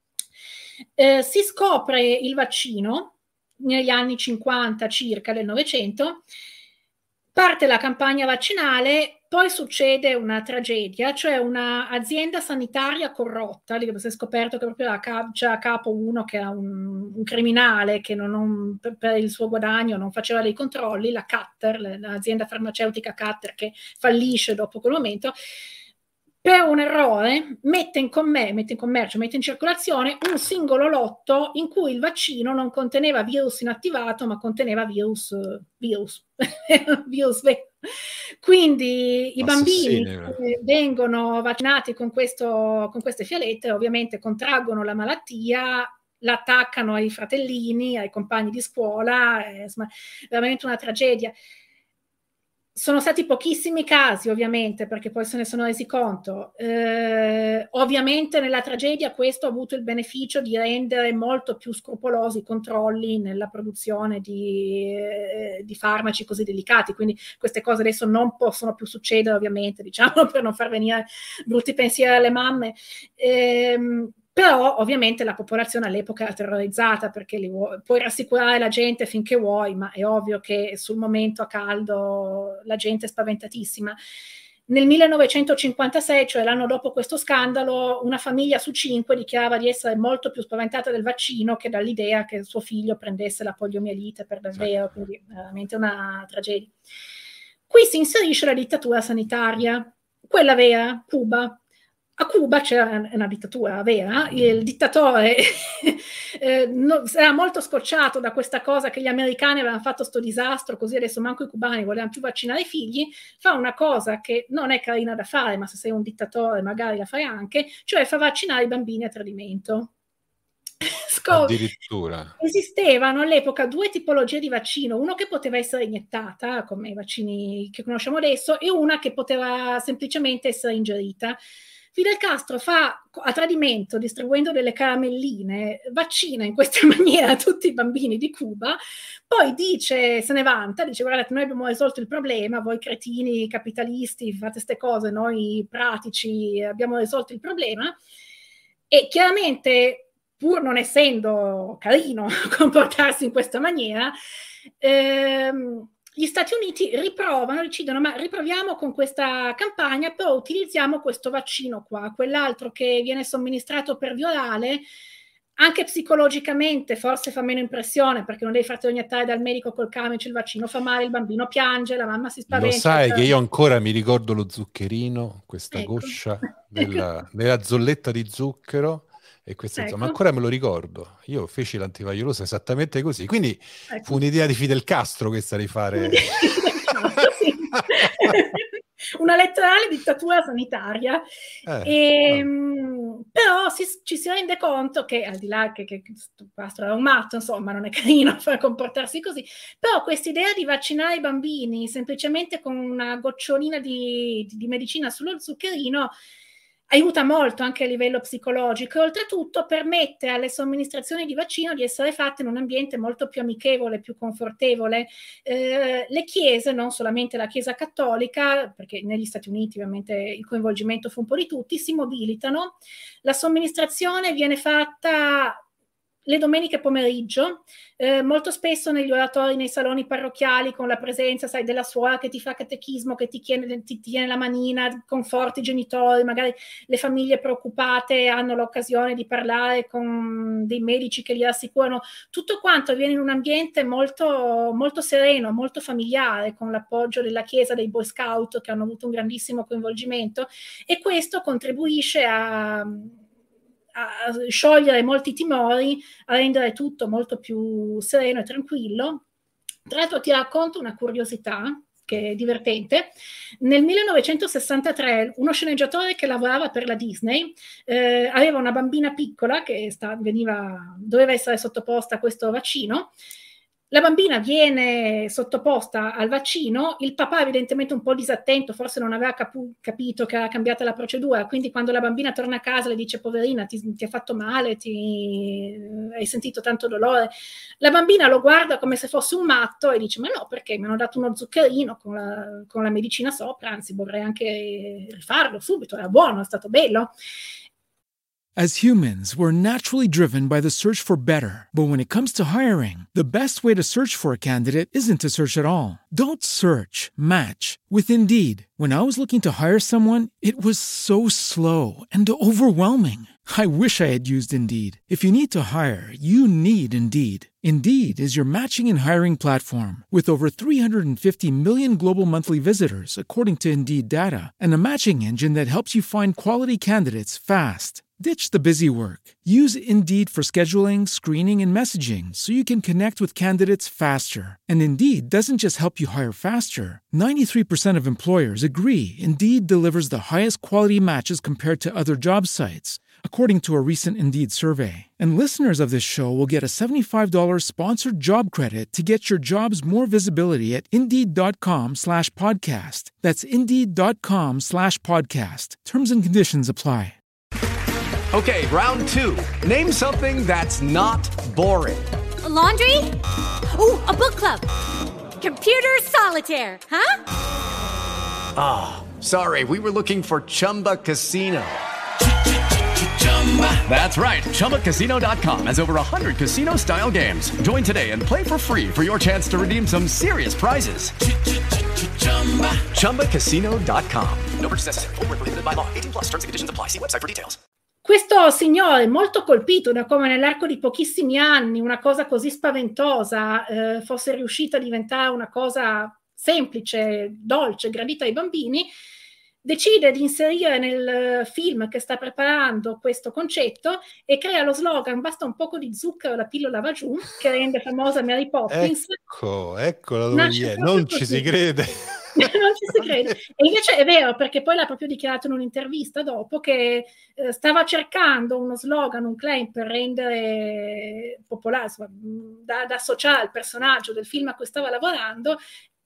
[SPEAKER 3] Eh, si scopre il vaccino negli anni cinquanta circa del Novecento, parte la campagna vaccinale, poi succede una tragedia, cioè un'azienda sanitaria corrotta, lì si è scoperto che proprio c'era a capo uno che era un, un criminale che non, non, per, per il suo guadagno non faceva dei controlli, la Cutter, l'azienda farmaceutica Cutter che fallisce dopo quel momento, per un errore mette in, commer- mette in commercio, mette in circolazione un singolo lotto in cui il vaccino non conteneva virus inattivato, ma conteneva virus, virus, virus vero. Quindi i bambini che vengono vaccinati con, questo, con queste fialette ovviamente contraggono la malattia, l'attaccano ai fratellini, ai compagni di scuola, è insomma, veramente una tragedia. Sono stati pochissimi casi, ovviamente, perché poi se ne sono resi conto. Eh, ovviamente nella tragedia questo ha avuto il beneficio di rendere molto più scrupolosi i controlli nella produzione di, eh, di farmaci così delicati, quindi queste cose adesso non possono più succedere, ovviamente, diciamo, per non far venire brutti pensieri alle mamme. Eh, Però ovviamente la popolazione all'epoca era terrorizzata perché li vuoi, puoi rassicurare la gente finché vuoi, ma è ovvio che sul momento a caldo la gente è spaventatissima. Nel millenovecentocinquantasei, cioè l'anno dopo questo scandalo, una famiglia su cinque dichiarava di essere molto più spaventata del vaccino che dall'idea che suo figlio prendesse la poliomielite per davvero, quindi veramente una tragedia. Qui si inserisce la dittatura sanitaria, quella vera, Cuba. A Cuba c'era una dittatura vera, il dittatore eh, no, era molto scocciato da questa cosa che gli americani avevano fatto sto disastro, così adesso manco i cubani volevano più vaccinare i figli, fa una cosa che non è carina da fare, ma se sei un dittatore magari la fai anche, cioè fa vaccinare i bambini a tradimento.
[SPEAKER 2] Addirittura.
[SPEAKER 3] Esistevano all'epoca due tipologie di vaccino, uno che poteva essere iniettata, come i vaccini che conosciamo adesso, e una che poteva semplicemente essere ingerita. Fidel Castro fa a tradimento, distribuendo delle caramelline, vaccina in questa maniera tutti i bambini di Cuba, poi dice, se ne vanta, dice guardate noi abbiamo risolto il problema, voi cretini capitalisti fate queste cose, noi pratici abbiamo risolto il problema, e chiaramente pur non essendo carino comportarsi in questa maniera, ehm, gli Stati Uniti riprovano, decidono ma riproviamo con questa campagna, però utilizziamo questo vaccino qua, quell'altro che viene somministrato per via orale, anche psicologicamente forse fa meno impressione perché non devi farti iniettare dal medico col camice, il vaccino fa male, il bambino piange, la mamma si spaventa.
[SPEAKER 2] Lo sai che io ancora mi ricordo lo zuccherino, questa ecco. goccia della, della zolletta di zucchero, e questo, ecco. Ma ancora me lo ricordo, io feci l'antivaiolosa esattamente così, quindi ecco. Fu un'idea di Fidel Castro questa di fare
[SPEAKER 3] una letterale dittatura sanitaria, eh, e, no. Però si, ci si rende conto che al di là che, che Castro era un matto, insomma non è carino far comportarsi così, però questa idea di vaccinare i bambini semplicemente con una gocciolina di, di, di medicina sullo zuccherino aiuta molto anche a livello psicologico e oltretutto permette alle somministrazioni di vaccino di essere fatte in un ambiente molto più amichevole, più confortevole. Eh, le chiese, non solamente la Chiesa cattolica, perché negli Stati Uniti ovviamente il coinvolgimento fu un po' di tutti, si mobilitano, la somministrazione viene fatta le domeniche pomeriggio, eh, molto spesso negli oratori, nei saloni parrocchiali, con la presenza, sai, della suora che ti fa catechismo, che ti tiene, ti tiene la manina, conforti i genitori, magari le famiglie preoccupate hanno l'occasione di parlare con dei medici che li assicurano. Tutto quanto avviene in un ambiente molto, molto sereno, molto familiare, con l'appoggio della Chiesa, dei Boy Scout, che hanno avuto un grandissimo coinvolgimento, e questo contribuisce a... a sciogliere molti timori, a rendere tutto molto più sereno e tranquillo. Tra l'altro ti racconto una curiosità che è divertente. Nel millenovecentosessantatré uno sceneggiatore che lavorava per la Disney eh, aveva una bambina piccola che sta, veniva, doveva essere sottoposta a questo vaccino. La bambina viene sottoposta al vaccino, il papà evidentemente un po' disattento, forse non aveva capu- capito che era cambiata la procedura, quindi quando la bambina torna a casa le dice: poverina, ti, ti ha fatto male, ti, hai sentito tanto dolore. La bambina lo guarda come se fosse un matto e dice: ma no, perché mi hanno dato uno zuccherino con la, con la medicina sopra, anzi vorrei anche rifarlo subito, era buono, è stato bello.
[SPEAKER 4] As humans, we're naturally driven by the search for better. But when it comes to hiring, the best way to search for a candidate isn't to search at all. Don't search, match with Indeed. When I was looking to hire someone, it was so slow and overwhelming. I wish I had used Indeed. If you need to hire, you need Indeed. Indeed is your matching and hiring platform with over three hundred fifty million global monthly visitors, according to Indeed data, and a matching engine that helps you find quality candidates fast. Ditch the busy work. Use Indeed for scheduling, screening, and messaging so you can connect with candidates faster. And Indeed doesn't just help you hire faster. ninety-three percent of employers agree Indeed delivers the highest quality matches compared to other job sites, according to a recent Indeed survey. And listeners of this show will get a seventy-five dollars sponsored job credit to get your jobs more visibility at Indeed.com slash podcast. That's Indeed.com slash podcast. Terms and conditions apply.
[SPEAKER 6] Okay, round two. Name something that's not boring.
[SPEAKER 7] A laundry? Ooh, a book club. Computer solitaire, huh?
[SPEAKER 6] Ah, oh, sorry, we were looking for Chumba Casino. That's right, Chumba Casino dot com has over one hundred casino-style games. Join today and play for free for your chance to redeem some serious prizes. Chumba Casino dot com. No purchase necessary. Void where prohibited by law. eighteen plus terms and conditions apply. See website for details.
[SPEAKER 3] Questo signore, molto colpito da come nell'arco di pochissimi anni una cosa così spaventosa eh, fosse riuscita a diventare una cosa semplice, dolce, gradita ai bambini, decide di inserire nel film che sta preparando questo concetto e crea lo slogan: basta un poco di zucchero, la pillola va giù, che rende famosa Mary Poppins.
[SPEAKER 2] Ecco, eccola dove è. Non ci si crede.
[SPEAKER 3] Non ci si crede. E invece è vero, perché poi l'ha proprio dichiarato in un'intervista dopo che eh, stava cercando uno slogan, un claim per rendere popolare, insomma, da, da associare al personaggio del film a cui stava lavorando,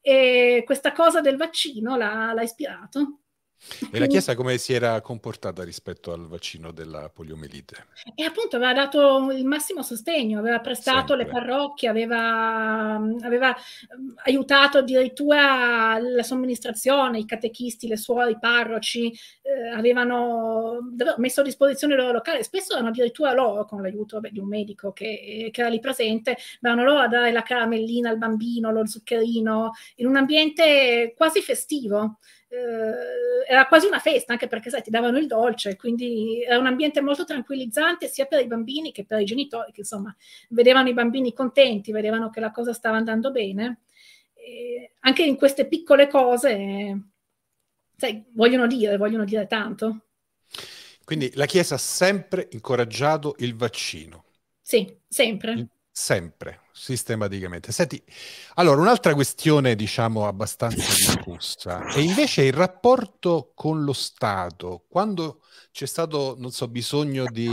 [SPEAKER 3] e questa cosa del vaccino l'ha, l'ha ispirato.
[SPEAKER 2] E la Chiesa come si era comportata rispetto al vaccino della poliomielite?
[SPEAKER 3] E appunto aveva dato il massimo sostegno, aveva prestato Sempre. le parrocchie, aveva, aveva aiutato addirittura la somministrazione, i catechisti, le suore, i parroci, eh, avevano messo a disposizione il loro locale, spesso erano addirittura loro, con l'aiuto beh, di un medico che, che era lì presente, erano loro a dare la caramellina al bambino, lo zuccherino, in un ambiente quasi festivo. Uh, era quasi una festa, anche perché sai, ti davano il dolce, quindi era un ambiente molto tranquillizzante sia per i bambini che per i genitori, che insomma vedevano i bambini contenti, vedevano che la cosa stava andando bene. E anche in queste piccole cose sai, vogliono dire, vogliono dire tanto.
[SPEAKER 2] Quindi la Chiesa ha sempre incoraggiato il vaccino.
[SPEAKER 3] Sì, sempre.
[SPEAKER 2] Sempre, sistematicamente. Senti, allora, un'altra questione, diciamo, abbastanza discussa è invece il rapporto con lo Stato. Quando c'è stato, non so, bisogno di,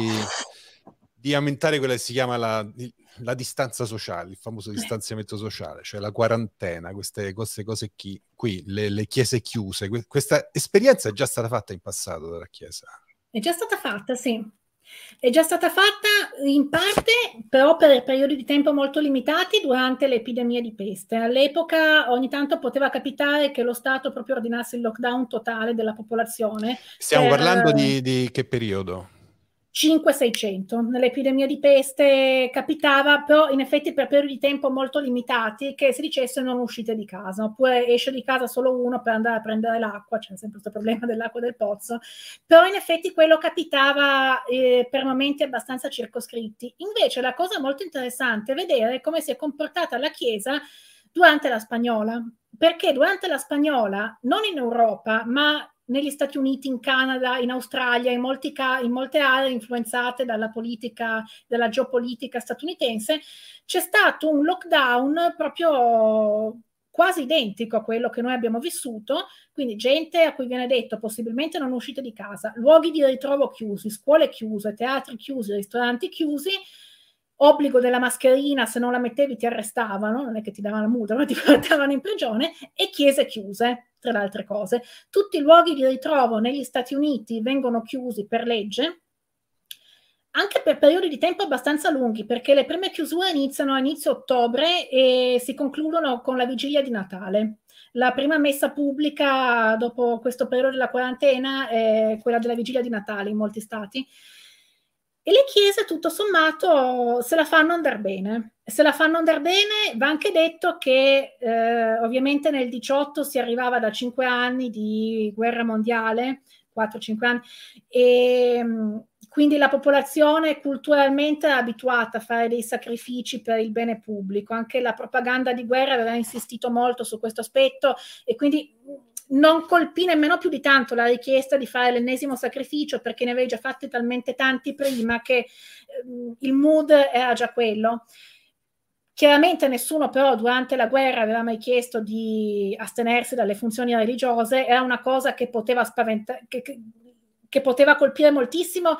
[SPEAKER 2] di aumentare quella che si chiama la, la distanza sociale, il famoso distanziamento sociale, cioè la quarantena, queste, queste cose qui, qui le, le chiese chiuse. Questa esperienza è già stata fatta in passato dalla Chiesa?
[SPEAKER 3] È già stata fatta, sì. È già stata fatta in parte, però per periodi di tempo molto limitati durante l'epidemia di peste. All'epoca ogni tanto poteva capitare che lo Stato proprio ordinasse il lockdown totale della popolazione.
[SPEAKER 2] Stiamo
[SPEAKER 3] per...
[SPEAKER 2] parlando di, di che periodo?
[SPEAKER 3] cinquecento seicento. Nell'epidemia di peste capitava, però in effetti per periodi di tempo molto limitati, che si dicesse non uscite di casa, oppure esce di casa solo uno per andare a prendere l'acqua, c'è sempre questo problema dell'acqua del pozzo, però in effetti quello capitava eh, per momenti abbastanza circoscritti. Invece la cosa molto interessante è vedere come si è comportata la Chiesa durante la Spagnola, perché durante la Spagnola, non in Europa, ma negli Stati Uniti, in Canada, in Australia, in, molti ca- in molte aree influenzate dalla politica, dalla geopolitica statunitense, c'è stato un lockdown proprio quasi identico a quello che noi abbiamo vissuto, quindi gente a cui viene detto possibilmente non uscite di casa, luoghi di ritrovo chiusi, scuole chiuse, teatri chiusi, ristoranti chiusi, obbligo della mascherina, se non la mettevi ti arrestavano, non è che ti davano la multa, ma ti portavano in prigione, e chiese chiuse, tra le altre cose. Tutti i luoghi di ritrovo negli Stati Uniti vengono chiusi per legge, anche per periodi di tempo abbastanza lunghi, perché le prime chiusure iniziano a inizio ottobre e si concludono con la vigilia di Natale. La prima messa pubblica dopo questo periodo della quarantena è quella della vigilia di Natale in molti stati. E le chiese, tutto sommato, se la fanno andare bene. Se la fanno andare bene, va anche detto che eh, ovviamente nel diciotto si arrivava da cinque anni di guerra mondiale, quattro cinque anni, e quindi la popolazione culturalmente è abituata a fare dei sacrifici per il bene pubblico. Anche la propaganda di guerra aveva insistito molto su questo aspetto e quindi non colpì nemmeno più di tanto la richiesta di fare l'ennesimo sacrificio, perché ne avevi già fatti talmente tanti prima che eh, il mood era già quello. Chiaramente nessuno però durante la guerra aveva mai chiesto di astenersi dalle funzioni religiose, era una cosa che poteva spaventare, che, che, che poteva colpire moltissimo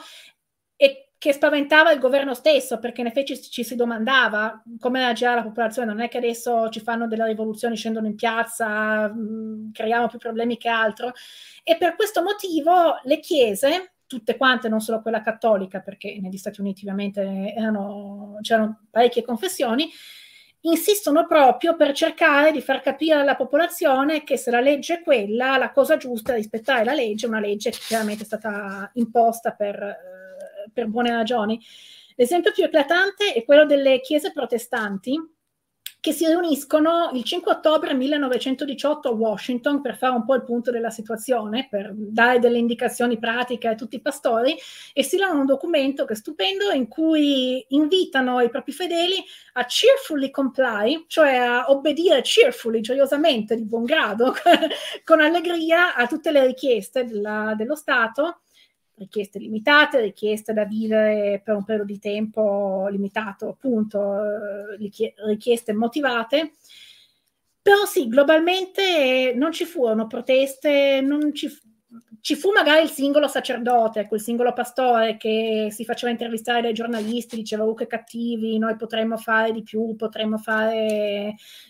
[SPEAKER 3] e che spaventava il governo stesso, perché in effetti ci, ci si domandava come reagirà la popolazione. Non è che adesso ci fanno delle rivoluzioni, scendono in piazza, mh, creiamo più problemi che altro, e per questo motivo le chiese, tutte quante, non solo quella cattolica, perché negli Stati Uniti ovviamente erano, c'erano parecchie confessioni, insistono proprio per cercare di far capire alla popolazione che se la legge è quella, la cosa giusta è rispettare la legge, una legge che chiaramente è stata imposta per per buone ragioni. L'esempio più eclatante è quello delle chiese protestanti che si riuniscono il cinque ottobre millenovecentodiciotto a Washington per fare un po' il punto della situazione, per dare delle indicazioni pratiche a tutti i pastori, e stilano un documento che è stupendo, in cui invitano i propri fedeli a cheerfully comply, cioè a obbedire cheerfully, gioiosamente, di buon grado, con allegria a tutte le richieste della, dello Stato, richieste limitate, richieste da vivere per un periodo di tempo limitato, appunto, richieste motivate. Però sì, globalmente non ci furono proteste, non ci, ci fu magari il singolo sacerdote, quel singolo pastore che si faceva intervistare dai giornalisti, diceva oh che cattivi, noi potremmo fare di più, potremmo fare,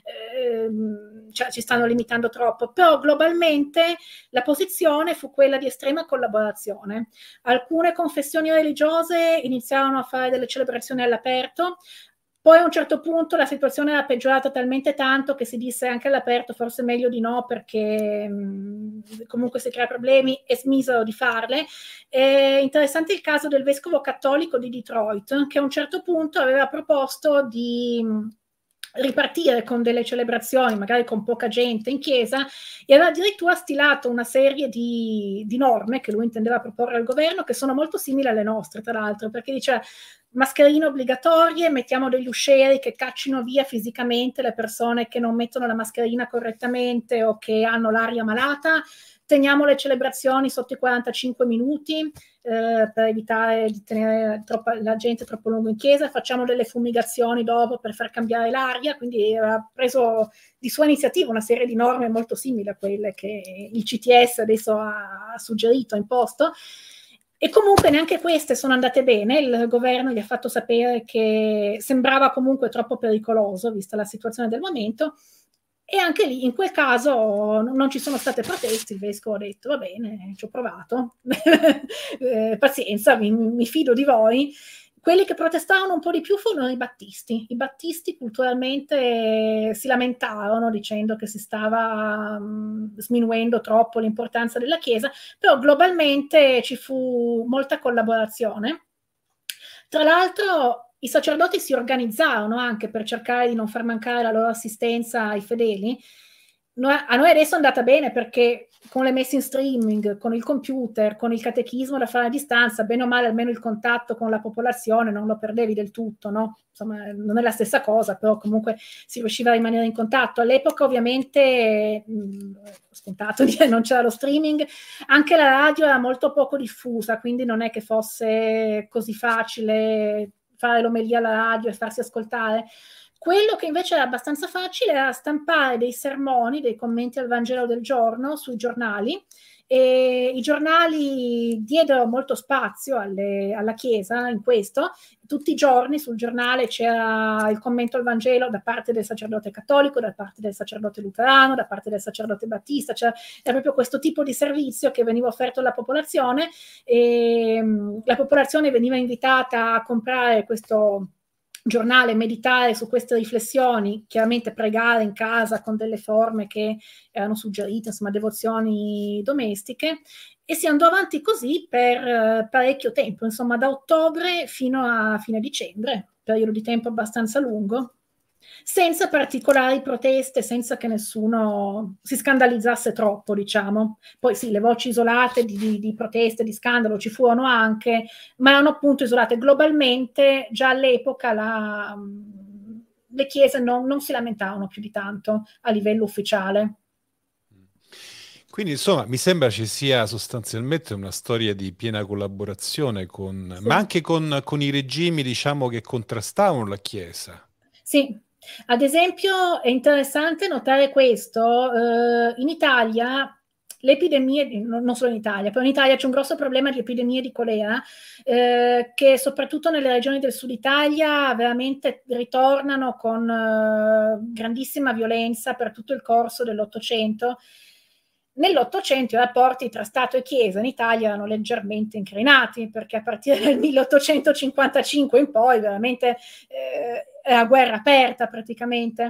[SPEAKER 3] eh, cioè ci stanno limitando troppo. Però globalmente la posizione fu quella di estrema collaborazione. Alcune confessioni religiose iniziarono a fare delle celebrazioni all'aperto. Poi a un certo punto la situazione era peggiorata talmente tanto che si disse anche all'aperto forse meglio di no, perché mh, comunque si crea problemi, e smisero di farle. È interessante il caso del vescovo cattolico di Detroit, che a un certo punto aveva proposto di mh, ripartire con delle celebrazioni, magari con poca gente in chiesa, e aveva addirittura stilato una serie di, di norme che lui intendeva proporre al governo, che sono molto simili alle nostre, tra l'altro, perché diceva mascherine obbligatorie, mettiamo degli uscieri che caccino via fisicamente le persone che non mettono la mascherina correttamente o che hanno l'aria malata, teniamo le celebrazioni sotto i quarantacinque minuti eh, per evitare di tenere troppa, la gente troppo lungo in chiesa, facciamo delle fumigazioni dopo per far cambiare l'aria, quindi ha preso di sua iniziativa una serie di norme molto simili a quelle che il C T S adesso ha suggerito, ha imposto. E comunque neanche queste sono andate bene, il governo gli ha fatto sapere che sembrava comunque troppo pericoloso vista la situazione del momento, e anche lì in quel caso non ci sono state proteste, il vescovo ha detto va bene, ci ho provato, eh, pazienza, mi, mi fido di voi. Quelli che protestavano un po' di più furono i battisti. I battisti culturalmente si lamentarono dicendo che si stava um, sminuendo troppo l'importanza della Chiesa, però globalmente ci fu molta collaborazione. Tra l'altro i sacerdoti si organizzarono anche per cercare di non far mancare la loro assistenza ai fedeli. Noi, a noi adesso è andata bene perché con le messe in streaming, con il computer, con il catechismo da fare a distanza, bene o male almeno il contatto con la popolazione non lo perdevi del tutto, no? Insomma, non è la stessa cosa, però comunque si riusciva a rimanere in contatto. All'epoca ovviamente, mh, scontato dire, non c'era lo streaming, anche la radio era molto poco diffusa, quindi non è che fosse così facile fare l'omelia alla radio e farsi ascoltare. Quello che invece era abbastanza facile era stampare dei sermoni, dei commenti al Vangelo del giorno sui giornali, e i giornali diedero molto spazio alle, alla Chiesa in questo. Tutti i giorni sul giornale c'era il commento al Vangelo da parte del sacerdote cattolico, da parte del sacerdote luterano, da parte del sacerdote battista. Cioè, era proprio questo tipo di servizio che veniva offerto alla popolazione, e mh, la popolazione veniva invitata a comprare questo giornale, meditare su queste riflessioni, chiaramente pregare in casa con delle forme che erano suggerite, insomma devozioni domestiche, e si andò avanti così per eh, parecchio tempo, insomma da ottobre fino a fine dicembre, periodo di tempo abbastanza lungo, senza particolari proteste, senza che nessuno si scandalizzasse troppo, diciamo. Poi sì, le voci isolate di, di, di proteste, di scandalo ci furono anche, ma erano appunto isolate. Globalmente già all'epoca la, le chiese non, non si lamentavano più di tanto a livello ufficiale.
[SPEAKER 2] Quindi insomma mi sembra ci sia sostanzialmente una storia di piena collaborazione con,
[SPEAKER 3] Sì.
[SPEAKER 2] ma anche con, con i regimi, diciamo, che contrastavano la Chiesa.
[SPEAKER 3] Sì. Ad esempio è interessante notare questo, eh, in Italia le epidemie, non solo in Italia, però in Italia c'è un grosso problema di epidemie di colera, eh, che soprattutto nelle regioni del sud Italia veramente ritornano con eh, grandissima violenza per tutto il corso dell'Ottocento. Nell'Ottocento i rapporti tra Stato e Chiesa in Italia erano leggermente incrinati, perché a partire dal milleottocentocinquantacinque in poi veramente eh, era guerra aperta praticamente.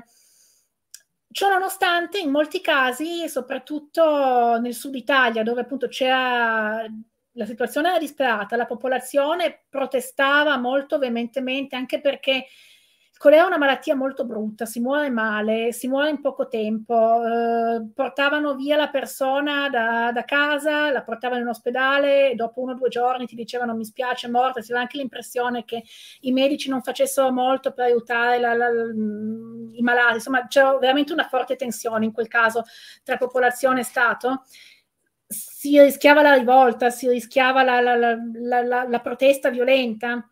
[SPEAKER 3] Ciò nonostante, in molti casi, soprattutto nel sud Italia, dove appunto c'era la situazione era disperata, la popolazione protestava molto veementemente, anche perché il colera è una malattia molto brutta, si muore male, si muore in poco tempo, eh, portavano via la persona da, da casa, la portavano in ospedale e dopo uno o due giorni ti dicevano mi spiace, è morta. Si aveva anche l'impressione che i medici non facessero molto per aiutare la, la, la, i malati, insomma c'era veramente una forte tensione in quel caso tra popolazione e Stato. Si rischiava la rivolta, si rischiava la, la, la, la, la, la protesta violenta.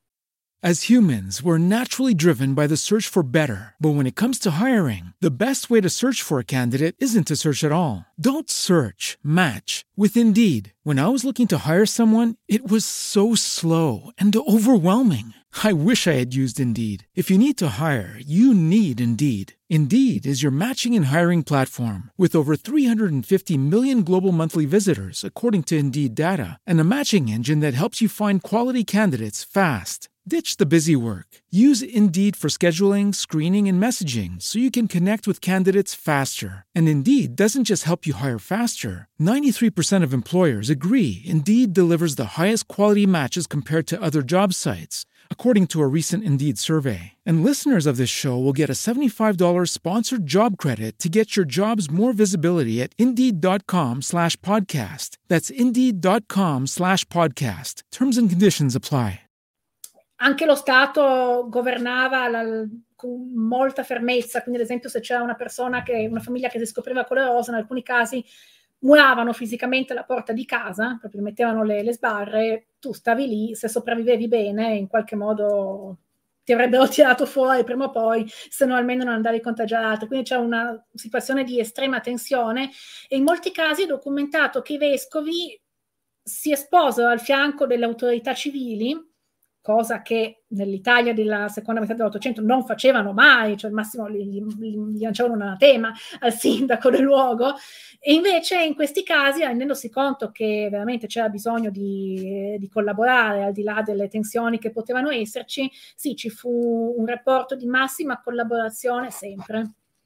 [SPEAKER 4] As humans, we're naturally driven by the search for better. But when it comes to hiring, the best way to search for a candidate isn't to search at all. Don't search, match with Indeed. When I was looking to hire someone, it was so slow and overwhelming. I wish I had used Indeed. If you need to hire, you need Indeed. Indeed is your matching and hiring platform with over three hundred fifty million global monthly visitors, according to Indeed data, and a matching engine that helps you find quality candidates fast. Ditch the busy work. Use Indeed for scheduling, screening, and messaging so you can connect with candidates faster. And Indeed doesn't just help you hire faster. ninety-three percent of employers agree Indeed delivers the highest quality matches compared to other job sites, according to a recent Indeed survey. And listeners of this show will get a seventy-five dollars sponsored job credit to get your jobs more visibility at Indeed.com slash podcast. That's Indeed.com slash podcast. Terms and conditions apply.
[SPEAKER 3] Anche lo Stato governava la, con molta fermezza, quindi ad esempio se c'era una persona, che una famiglia che si scopriva colerosa, in alcuni casi muravano fisicamente alla porta di casa, proprio mettevano le, le sbarre, tu stavi lì, se sopravvivevi bene in qualche modo ti avrebbero tirato fuori prima o poi, se no almeno non andavi a contagiare altri. Quindi c'è una situazione di estrema tensione e in molti casi è documentato che i vescovi si esposero al fianco delle autorità civili, cosa che nell'Italia della seconda metà dell'Ottocento non facevano mai, cioè al massimo gli, gli, gli lanciavano un anatema al sindaco del luogo, e invece in questi casi, rendendosi conto che veramente c'era bisogno di, di collaborare al di là delle tensioni che potevano esserci, sì, ci fu un rapporto di massima collaborazione sempre,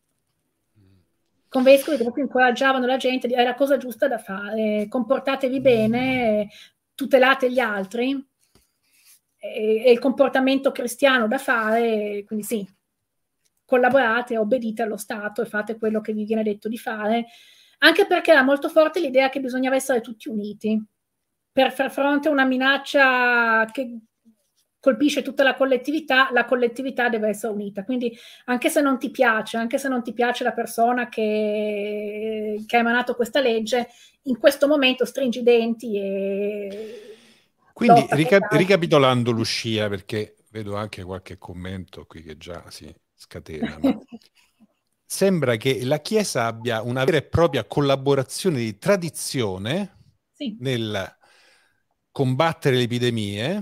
[SPEAKER 3] con vescovi che proprio incoraggiavano la gente a dire è la cosa giusta da fare, comportatevi bene, tutelate gli altri. è, è il comportamento cristiano da fare, quindi sì, collaborate, obbedite allo Stato e fate quello che vi viene detto di fare, anche perché era molto forte l'idea che bisognava essere tutti uniti per far fronte a una minaccia che colpisce tutta la collettività, la collettività deve essere unita. Quindi anche se non ti piace, anche se non ti piace la persona che, che ha emanato questa legge, in questo momento stringi i denti e...
[SPEAKER 2] Quindi rica- ricapitolando Lucia, perché vedo anche qualche commento qui che già si scatena, ma sembra che la Chiesa abbia una vera e propria collaborazione di tradizione
[SPEAKER 3] sì.
[SPEAKER 2] nel combattere le epidemie,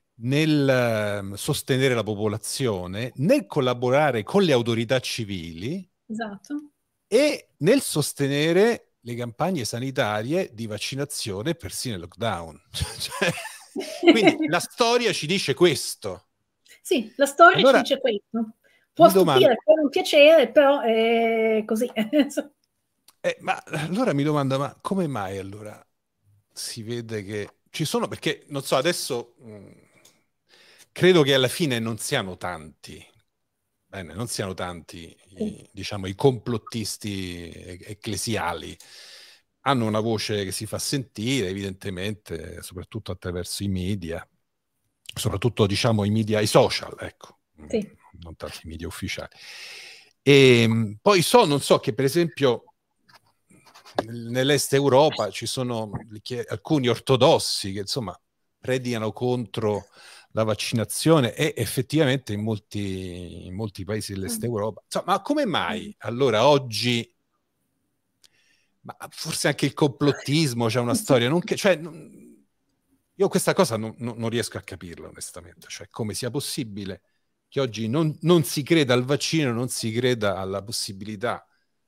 [SPEAKER 2] nel uh, sostenere la popolazione, nel collaborare con le autorità civili,
[SPEAKER 3] esatto,
[SPEAKER 2] e nel sostenere le campagne sanitarie di vaccinazione, persino il lockdown. Cioè, quindi la storia ci dice questo.
[SPEAKER 3] Sì, la storia
[SPEAKER 2] allora,
[SPEAKER 3] ci dice questo. Può stupire, domando... può non piacere, però è così.
[SPEAKER 2] eh, ma allora mi domando, ma come mai allora si vede che ci sono, perché non so, adesso mh, credo che alla fine non siano tanti, bene, non siano tanti, sì. i, diciamo, i complottisti ecclesiali. Hanno una voce che si fa sentire, evidentemente, soprattutto attraverso i media, soprattutto, diciamo, i media, i social, ecco,
[SPEAKER 3] sì.
[SPEAKER 2] non tanto i media ufficiali. E poi so, non so, che per esempio nell'est Europa ci sono alcuni ortodossi che insomma predicano contro la vaccinazione, e effettivamente in molti, in molti paesi dell'est Europa. Insomma, ma come mai allora oggi, ma forse anche il complottismo c'è una storia, non che, cioè, non, io questa cosa non, non, non riesco a capirla onestamente, cioè come sia possibile che oggi non, non si creda al vaccino, non si creda alla possibilità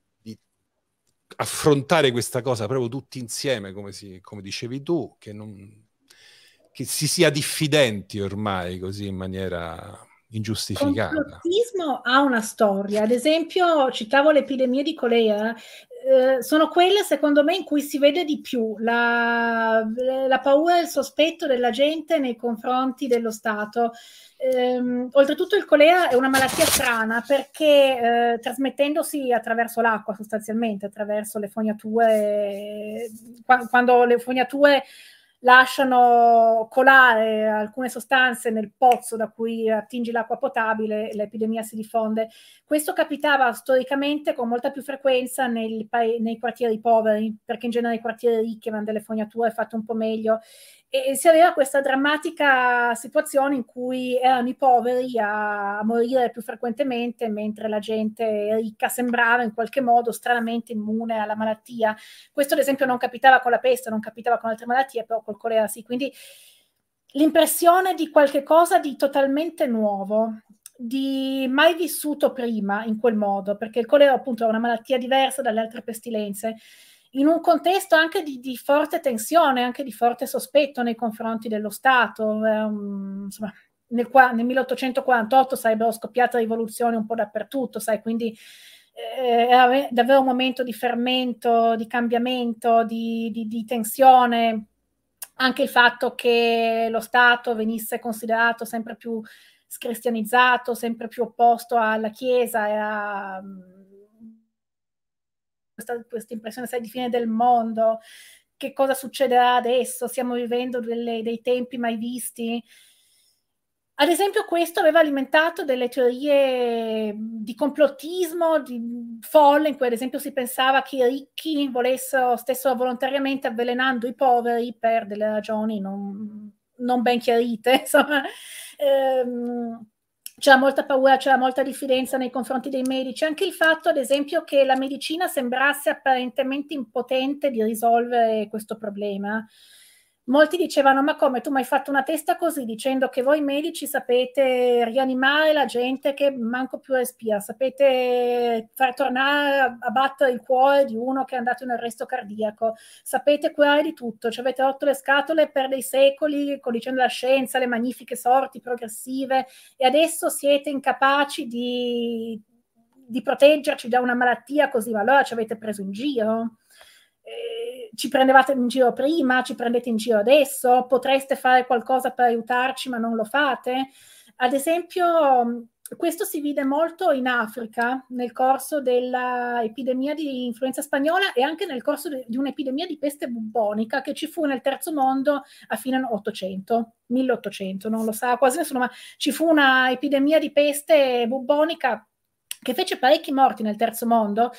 [SPEAKER 2] affrontare questa cosa proprio tutti insieme, come, si, come dicevi tu, che, non, che si sia diffidenti ormai così in maniera ingiustificata.
[SPEAKER 3] Il complottismo ha una storia, ad esempio citavo l'epidemia di colera, eh, sono quelle secondo me in cui si vede di più la, la paura e il sospetto della gente nei confronti dello Stato. Ehm, oltretutto il colera è una malattia strana perché eh, trasmettendosi attraverso l'acqua sostanzialmente, attraverso le fognature, quando, quando le fognature lasciano colare alcune sostanze nel pozzo da cui attingi l'acqua potabile, l'epidemia si diffonde. Questo capitava storicamente con molta più frequenza nei, nei quartieri poveri, perché in genere i quartieri ricchi avevano delle fognature fatte un po' meglio, e si aveva questa drammatica situazione in cui erano i poveri a, a morire più frequentemente, mentre la gente ricca sembrava in qualche modo stranamente immune alla malattia. Questo ad esempio non capitava con la peste, non capitava con altre malattie, però col colera sì. Quindi l'impressione di qualche cosa di totalmente nuovo, di mai vissuto prima in quel modo, perché il colera appunto è una malattia diversa dalle altre pestilenze, in un contesto anche di, di forte tensione, anche di forte sospetto nei confronti dello Stato. Um, insomma, nel, nel milleottocentoquarantotto sarebbero scoppiate rivoluzioni un po' dappertutto, sai, quindi eh, era davvero un momento di fermento, di cambiamento, di, di, di tensione. Anche il fatto che lo Stato venisse considerato sempre più scristianizzato, sempre più opposto alla Chiesa, era questa, questa impressione, sai, di fine del mondo, che cosa succederà adesso, stiamo vivendo delle, dei tempi mai visti. Ad esempio questo aveva alimentato delle teorie di complottismo, di folle, in cui ad esempio si pensava che i ricchi volessero, stessero volontariamente avvelenando i poveri per delle ragioni non, non ben chiarite, insomma. Ehm, c'era molta paura, c'era molta diffidenza nei confronti dei medici, anche il fatto ad esempio che la medicina sembrasse apparentemente impotente di risolvere questo problema. Molti dicevano: ma come, tu mi hai fatto una testa così dicendo che voi medici sapete rianimare la gente che manco più respira, sapete far tornare a battere il cuore di uno che è andato in arresto cardiaco, sapete curare di tutto, ci avete rotto le scatole per dei secoli con dicendo la scienza, le magnifiche sorti progressive, e adesso siete incapaci di, di proteggerci da una malattia così, ma allora ci avete preso in giro. eh, ci prendevate in giro prima, ci prendete in giro adesso, potreste fare qualcosa per aiutarci ma non lo fate. Ad esempio, questo si vide molto in Africa nel corso dell'epidemia di influenza spagnola e anche nel corso de- di un'epidemia di peste bubbonica che ci fu nel terzo mondo a fine ottocento, milleottocento, non lo sa quasi nessuno, ma ci fu una epidemia di peste bubbonica che fece parecchi morti nel terzo mondo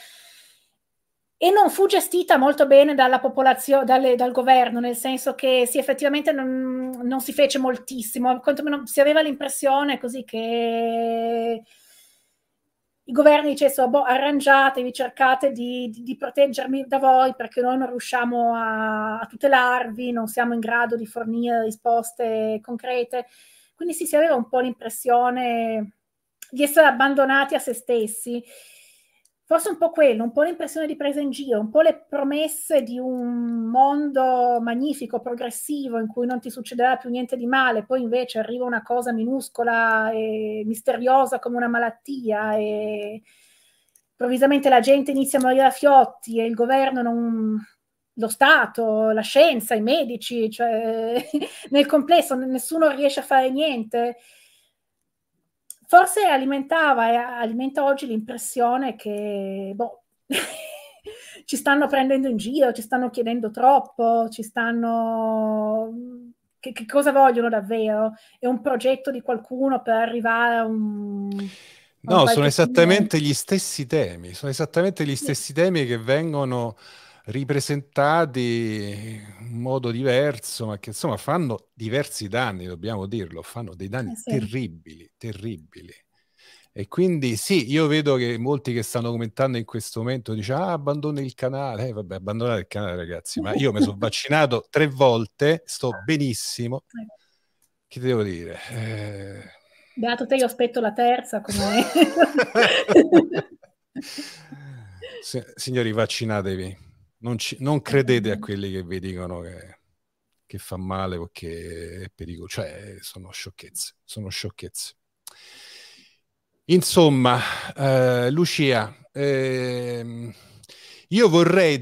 [SPEAKER 3] e non fu gestita molto bene dalla popolazione, dalle, dal governo, nel senso che sì, effettivamente non, non si fece moltissimo, quantomeno si aveva l'impressione così che i governi dicessero, boh, arrangiatevi, cercate di, di, di proteggermi da voi perché noi non riusciamo a, a tutelarvi, non siamo in grado di fornire risposte concrete. Quindi sì, si aveva un po' l'impressione di essere abbandonati a se stessi. Forse un po' quello, un po' l'impressione di presa in giro, un po' le promesse di un mondo magnifico, progressivo, in cui non ti succederà più niente di male, poi invece arriva una cosa minuscola e misteriosa come una malattia e improvvisamente la gente inizia a morire a fiotti e il governo non... lo Stato, la scienza, i medici, cioè nel complesso nessuno riesce a fare niente. Forse alimentava e alimenta oggi l'impressione che boh, ci stanno prendendo in giro, ci stanno chiedendo troppo, ci stanno... Che, che cosa vogliono davvero? È un progetto di qualcuno per arrivare a un... a un
[SPEAKER 2] No, sono
[SPEAKER 3] qualche
[SPEAKER 2] esattamente
[SPEAKER 3] fine.
[SPEAKER 2] gli stessi temi, sono esattamente gli stessi temi che vengono ripresentati in modo diverso, ma che insomma fanno diversi danni, dobbiamo dirlo, fanno dei danni
[SPEAKER 3] Eh sì.
[SPEAKER 2] terribili, terribili. E quindi sì, io vedo che molti che stanno commentando in questo momento dicono ah, abbandoni il canale. Eh, vabbè, abbandonate il canale, ragazzi, ma io mi sono vaccinato tre volte, sto benissimo. Che devo dire? Eh...
[SPEAKER 3] Beato te, io aspetto la terza come...
[SPEAKER 2] Se, signori, vaccinatevi. Non, ci, non credete a quelli che vi dicono che, che fa male o che è pericoloso. Cioè, sono sciocchezze. Sono sciocchezze. Insomma, eh, Lucia, ehm, io vorrei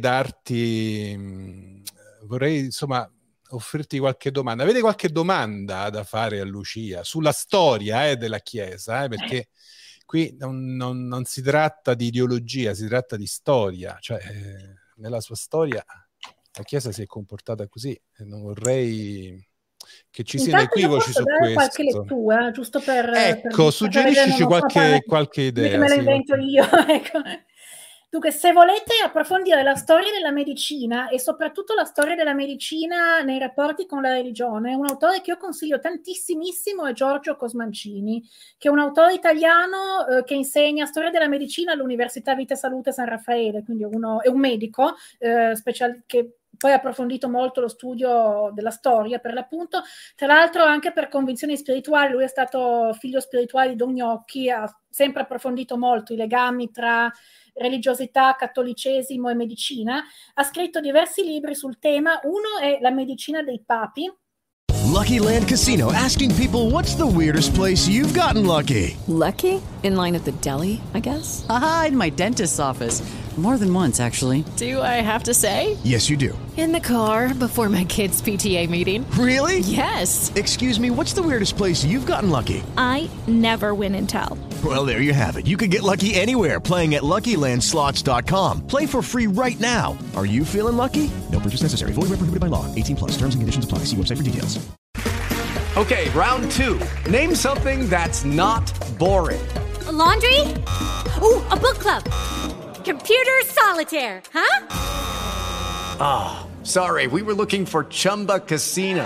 [SPEAKER 2] darti, vorrei insomma offrirti qualche domanda. Avete qualche domanda da fare a Lucia sulla storia eh, della Chiesa? Eh, perché qui non, non, non si tratta di ideologia, si tratta di storia. Cioè, eh, nella sua storia la Chiesa si è comportata così e non vorrei che ci siano
[SPEAKER 3] Intanto io
[SPEAKER 2] equivoci
[SPEAKER 3] posso
[SPEAKER 2] su
[SPEAKER 3] dare qualche
[SPEAKER 2] questo.
[SPEAKER 3] lettura, giusto per...
[SPEAKER 2] Ecco,
[SPEAKER 3] per,
[SPEAKER 2] suggeriscici
[SPEAKER 3] non
[SPEAKER 2] qualche, qualche idea.
[SPEAKER 3] me lo
[SPEAKER 2] Sì,
[SPEAKER 3] invento
[SPEAKER 2] qualche...
[SPEAKER 3] io. Ecco. Dunque, se volete approfondire la storia della medicina e soprattutto la storia della medicina nei rapporti con la religione, un autore che io consiglio tantissimissimo è Giorgio Cosmancini, che è un autore italiano eh, che insegna storia della medicina all'Università Vita e Salute San Raffaele, quindi uno, è un medico eh, special, che poi ha approfondito molto lo studio della storia, per l'appunto, tra l'altro anche per convinzioni spirituali. Lui è stato figlio spirituale di Don Gnocchi, ha sempre approfondito molto i legami tra religiosità, cattolicesimo e medicina. Ha scritto diversi libri sul tema. Uno è La medicina dei papi.
[SPEAKER 8] Lucky Land Casino, asking people, what's the weirdest place you've gotten lucky?
[SPEAKER 9] Lucky? In line at the deli, I guess?
[SPEAKER 10] Aha, in my dentist's office. More than once, actually.
[SPEAKER 9] Do I have to say?
[SPEAKER 8] Yes, you do.
[SPEAKER 7] In the car before my kids' P T A meeting.
[SPEAKER 8] Really?
[SPEAKER 7] Yes.
[SPEAKER 8] Excuse me, what's the weirdest place you've gotten lucky?
[SPEAKER 11] I never win and tell.
[SPEAKER 8] Well, there you have it. You can get lucky anywhere, playing at Lucky Land Slots dot com. Play for free right now. Are you feeling lucky? No purchase necessary. Void where prohibited by law. eighteen plus. Terms and conditions apply. See website for details.
[SPEAKER 6] Okay, round two. Name something that's not boring.
[SPEAKER 7] A laundry? Ooh, a book club. Computer solitaire, huh?
[SPEAKER 6] Ah, oh, sorry. We were looking for Chumba Casino.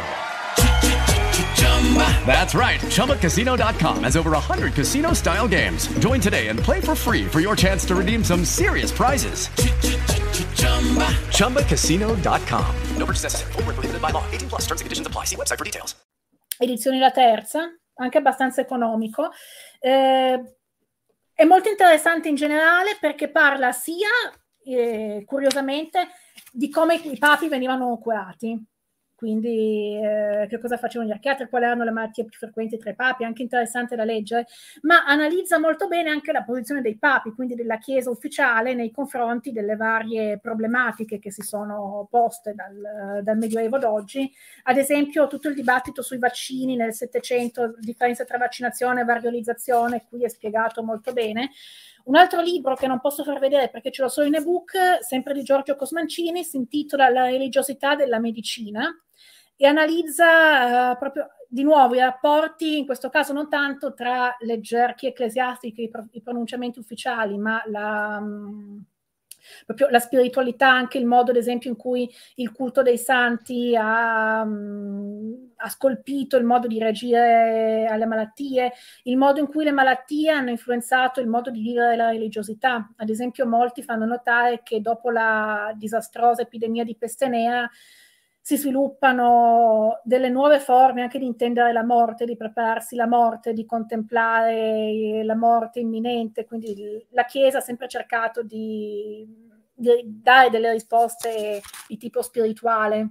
[SPEAKER 6] That's right. Chumba Casino dot com has over one hundred casino-style games. Join today and play for free for your chance to redeem some serious prizes. Chumba Casino dot com. No purchase necessary. Void where prohibited by law. eighteen plus. Terms and conditions apply. See website for details.
[SPEAKER 3] Edizioni La Terza, anche abbastanza economico. Eh, è molto interessante in generale perché parla sia, eh, curiosamente, di come i papi venivano curati. quindi eh, che cosa facevano gli archiatri, quali erano le malattie più frequenti tra i papi, anche interessante da leggere, ma analizza molto bene anche la posizione dei papi, quindi della Chiesa ufficiale nei confronti delle varie problematiche che si sono poste dal, dal Medioevo ad oggi. Ad esempio tutto il dibattito sui vaccini nel Settecento, differenza tra vaccinazione e variolizzazione, qui è spiegato molto bene. Un altro libro che non posso far vedere perché ce l'ho solo in ebook, sempre di Giorgio Cosmancini, si intitola La religiosità della medicina e analizza uh, proprio di nuovo i rapporti, in questo caso non tanto tra le gerarchie ecclesiastiche, i, pro- i pronunciamenti ufficiali, ma la... Um, proprio la spiritualità, anche il modo ad esempio in cui il culto dei santi ha, um, ha scolpito il modo di reagire alle malattie, il modo in cui le malattie hanno influenzato il modo di vivere la religiosità. Ad esempio molti fanno notare che dopo la disastrosa epidemia di peste nera si sviluppano delle nuove forme anche di intendere la morte, di prepararsi la morte, di contemplare la morte imminente, quindi la Chiesa ha sempre cercato di, di dare delle risposte di tipo spirituale.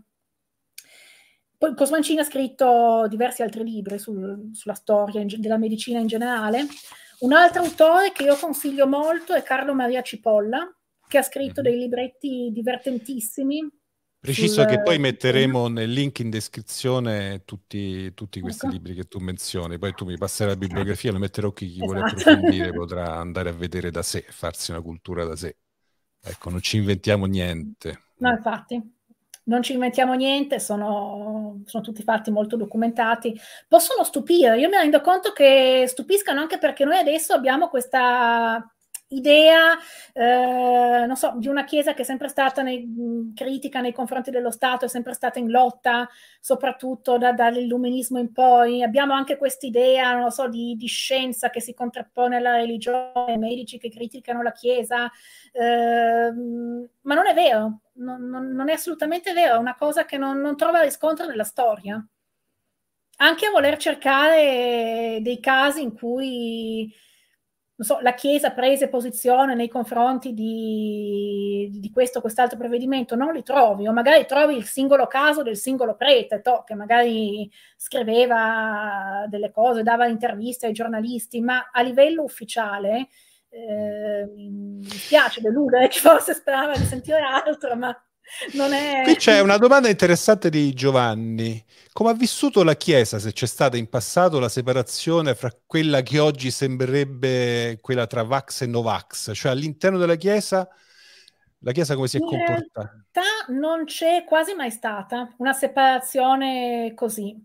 [SPEAKER 3] Poi Cosmancini ha scritto diversi altri libri sul, sulla storia della medicina in generale. Un altro autore che io consiglio molto è Carlo Maria Cipolla, che ha scritto dei libretti divertentissimi.
[SPEAKER 2] Preciso
[SPEAKER 3] sul,
[SPEAKER 2] che poi metteremo nel link in descrizione tutti, tutti questi
[SPEAKER 3] ecco.
[SPEAKER 2] libri che tu menzioni, poi tu mi passerai la bibliografia, lo metterò qui, chi
[SPEAKER 3] Esatto.
[SPEAKER 2] vuole approfondire potrà andare a vedere da sé, farsi una cultura da sé. Ecco, non ci inventiamo niente.
[SPEAKER 3] No, infatti, non ci inventiamo niente, sono, sono tutti fatti molto documentati. Possono stupire, io mi rendo conto che stupiscano anche perché noi adesso abbiamo questa idea, eh, non so, di una Chiesa che è sempre stata nei, mh, critica nei confronti dello Stato, è sempre stata in lotta, soprattutto da, dall'illuminismo in poi. Abbiamo anche quest'idea, non so, di, di scienza che si contrappone alla religione, medici che criticano la Chiesa, eh, ma non è vero, non, non, non è assolutamente vero, è una cosa che non, non trova riscontro nella storia. Anche a voler cercare dei casi in cui non so, la Chiesa prese posizione nei confronti di, di questo o quest'altro provvedimento, non li trovi, o magari trovi il singolo caso del singolo prete, to, che magari scriveva delle cose, dava interviste ai giornalisti, ma a livello ufficiale eh, mi spiace deludere chi forse sperava di sentire altro, ma non è...
[SPEAKER 2] Qui c'è una domanda interessante di Giovanni. Come ha vissuto la Chiesa, se c'è stata in passato, la separazione fra quella che oggi sembrerebbe quella tra Vax e Novax? Cioè all'interno della Chiesa, la Chiesa come si è
[SPEAKER 3] in
[SPEAKER 2] comportata?
[SPEAKER 3] In realtà non c'è quasi mai stata una separazione così,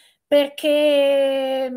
[SPEAKER 3] perché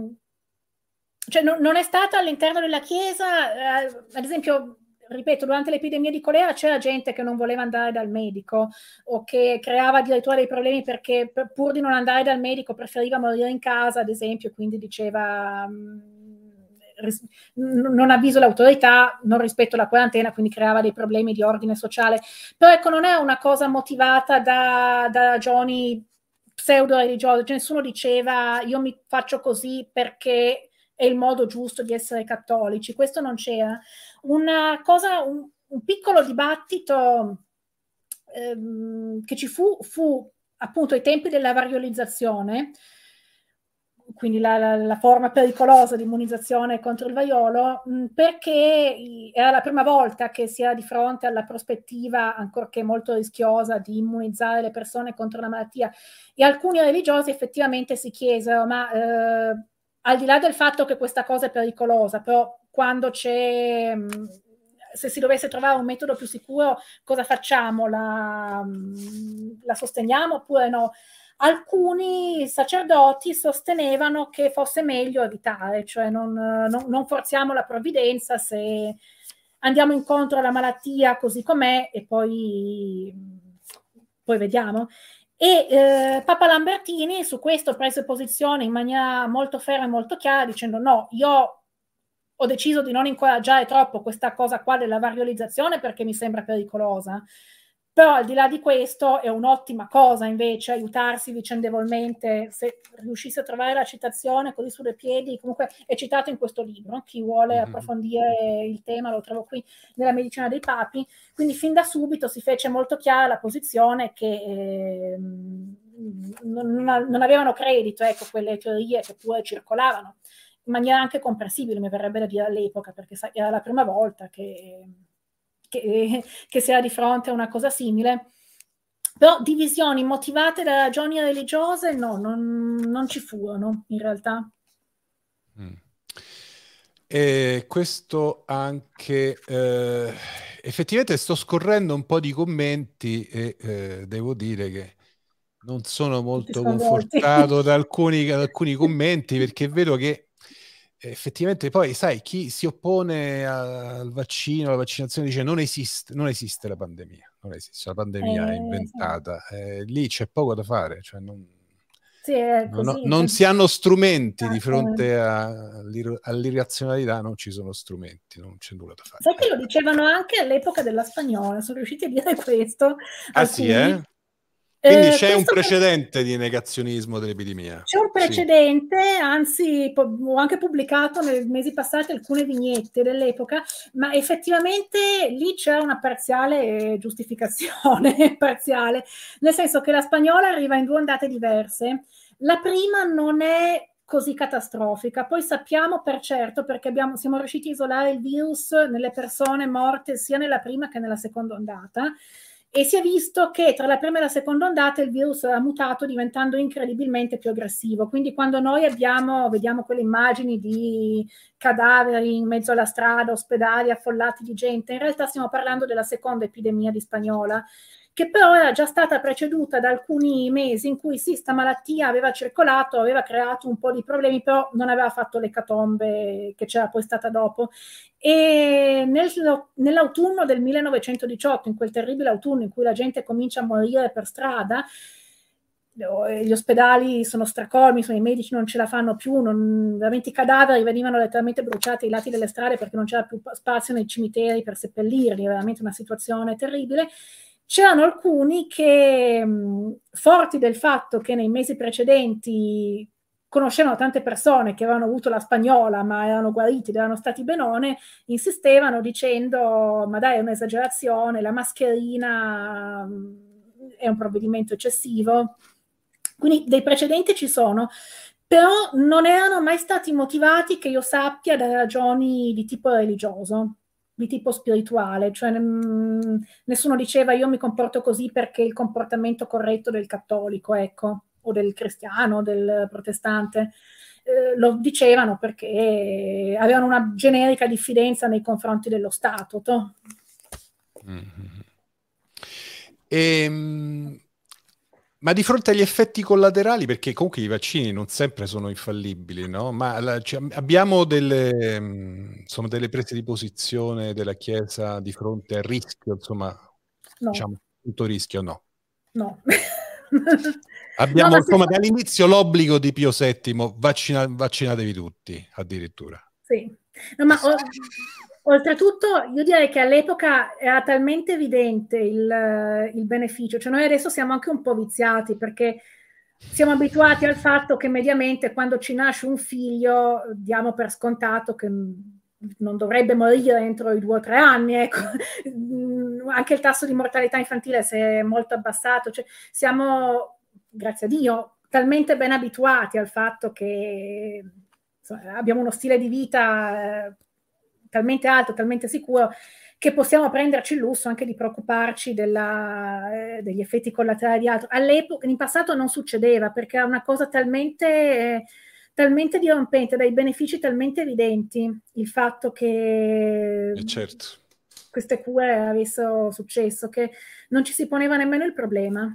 [SPEAKER 3] cioè, non, non è stata all'interno della Chiesa, eh, ad esempio... Ripeto, durante l'epidemia di colera c'era gente che non voleva andare dal medico o che creava addirittura dei problemi perché per, pur di non andare dal medico preferiva morire in casa, ad esempio, quindi diceva mh, ris- non avviso l'autorità, non rispetto la quarantena, quindi creava dei problemi di ordine sociale. Però ecco, non è una cosa motivata da, da ragioni pseudo-religiose, cioè, nessuno diceva io mi faccio così perché è il modo giusto di essere cattolici, questo non c'era. Una cosa, un, un piccolo dibattito ehm, che ci fu, fu appunto ai tempi della variolizzazione, quindi la, la, la forma pericolosa di immunizzazione contro il vaiolo, mh, perché era la prima volta che si era di fronte alla prospettiva, ancorché molto rischiosa, di immunizzare le persone contro la malattia, e alcuni religiosi effettivamente si chiesero, ma eh, al di là del fatto che questa cosa è pericolosa, però quando c'è, se si dovesse trovare un metodo più sicuro, cosa facciamo? La, la sosteniamo oppure no? Alcuni sacerdoti sostenevano che fosse meglio evitare, cioè non, non, non forziamo la provvidenza se andiamo incontro alla malattia così com'è e poi, poi vediamo. E eh, Papa Lambertini su questo prese posizione in maniera molto ferma e molto chiara dicendo no, io ho deciso di non incoraggiare troppo questa cosa qua della variolizzazione perché mi sembra pericolosa, però al di là di questo è un'ottima cosa invece aiutarsi vicendevolmente, se riuscisse a trovare la citazione così sulle piedi, comunque è citato in questo libro, chi vuole mm-hmm. approfondire il tema lo trovo qui nella medicina dei papi, quindi fin da subito si fece molto chiara la posizione che eh, non, non avevano credito, ecco, quelle teorie che pure circolavano, in maniera anche comprensibile, mi verrebbe da dire all'epoca, perché sai, era la prima volta che, che, che si era di fronte a una cosa simile. Però divisioni motivate da ragioni religiose no, non, non ci furono in realtà.
[SPEAKER 2] Mm. E questo anche eh, effettivamente sto scorrendo un po' di commenti e eh, devo dire che non sono molto confortato da alcuni, da alcuni commenti, perché vedo che effettivamente poi, sai, chi si oppone al vaccino, alla vaccinazione, dice non esiste, non esiste la pandemia, non esiste, la pandemia
[SPEAKER 3] Eh,
[SPEAKER 2] è inventata, eh, lì c'è poco da fare, cioè non,
[SPEAKER 3] sì, è
[SPEAKER 2] non,
[SPEAKER 3] così.
[SPEAKER 2] non si hanno strumenti
[SPEAKER 3] Ah,
[SPEAKER 2] di fronte a, all'irrazionalità, non ci sono strumenti, non c'è nulla da fare.
[SPEAKER 3] Sai che lo dicevano anche all'epoca della Spagnola, sono riusciti a dire questo.
[SPEAKER 2] Ah
[SPEAKER 3] alcuni.
[SPEAKER 2] sì, eh? Quindi
[SPEAKER 3] Eh,
[SPEAKER 2] c'è un
[SPEAKER 3] questo
[SPEAKER 2] precedente di negazionismo dell'epidemia.
[SPEAKER 3] C'è un precedente, sì. Anzi po- ho anche pubblicato nei mesi passati alcune vignette dell'epoca, ma effettivamente lì c'è una parziale giustificazione, parziale, nel senso che la spagnola arriva in due ondate diverse. La prima non è così catastrofica, poi sappiamo per certo, perché abbiamo, siamo riusciti a isolare il virus nelle persone morte sia nella prima che nella seconda ondata, e si è visto che tra la prima e la seconda ondata il virus ha mutato diventando incredibilmente più aggressivo. Quindi quando noi abbiamo, vediamo quelle immagini di cadaveri in mezzo alla strada, ospedali affollati di gente, in realtà stiamo parlando della seconda epidemia di Spagnola, che però era già stata preceduta da alcuni mesi in cui sì, sta malattia aveva circolato, aveva creato un po' di problemi, però non aveva fatto l'ecatombe che c'era poi stata dopo. E nel, nell'autunno del millenovecentodiciotto, in quel terribile autunno in cui la gente comincia a morire per strada, gli ospedali sono stracolmi, i medici non ce la fanno più, non, veramente i cadaveri venivano letteralmente bruciati ai lati delle strade perché non c'era più spazio nei cimiteri per seppellirli, è veramente una situazione terribile. C'erano alcuni che, mh, forti del fatto che nei mesi precedenti conoscevano tante persone che avevano avuto la spagnola ma erano guariti, erano stati benone, insistevano dicendo ma dai, è un'esagerazione, la mascherina mh, è un provvedimento eccessivo. Quindi dei precedenti ci sono, però non erano mai stati motivati, che io sappia, da ragioni di tipo religioso, di tipo spirituale, cioè mh, nessuno diceva io mi comporto così perché è il comportamento corretto del cattolico, ecco, o del cristiano, del protestante. Eh, lo dicevano perché avevano una generica diffidenza nei confronti dello Stato. To.
[SPEAKER 2] Mm-hmm. Ehm... Ma di fronte agli effetti collaterali, perché comunque i vaccini non sempre sono infallibili, no? Ma la, cioè, abbiamo delle, insomma, delle prese di posizione della Chiesa di fronte al rischio, insomma,
[SPEAKER 3] no.
[SPEAKER 2] diciamo, tutto rischio no.
[SPEAKER 3] No.
[SPEAKER 2] Abbiamo,
[SPEAKER 3] no,
[SPEAKER 2] insomma,
[SPEAKER 3] se...
[SPEAKER 2] dall'inizio l'obbligo di Pio settimo, vaccina, vaccinatevi tutti, addirittura.
[SPEAKER 3] Sì, no, ma o, oltretutto io direi che all'epoca era talmente evidente il, il beneficio, cioè noi adesso siamo anche un po' viziati perché siamo abituati al fatto che mediamente quando ci nasce un figlio diamo per scontato che non dovrebbe morire entro i due o tre anni, ecco. Anche il tasso di mortalità infantile si è molto abbassato, cioè siamo, grazie a Dio, talmente ben abituati al fatto che insomma, abbiamo uno stile di vita eh, talmente alto, talmente sicuro, che possiamo prenderci il lusso anche di preoccuparci della, eh, degli effetti collaterali di altro. All'epoca, in passato non succedeva, perché era una cosa talmente, eh, talmente dirompente, dai benefici talmente evidenti, il fatto che
[SPEAKER 2] eh certo.
[SPEAKER 3] queste cure avessero successo, che non ci si poneva nemmeno il problema.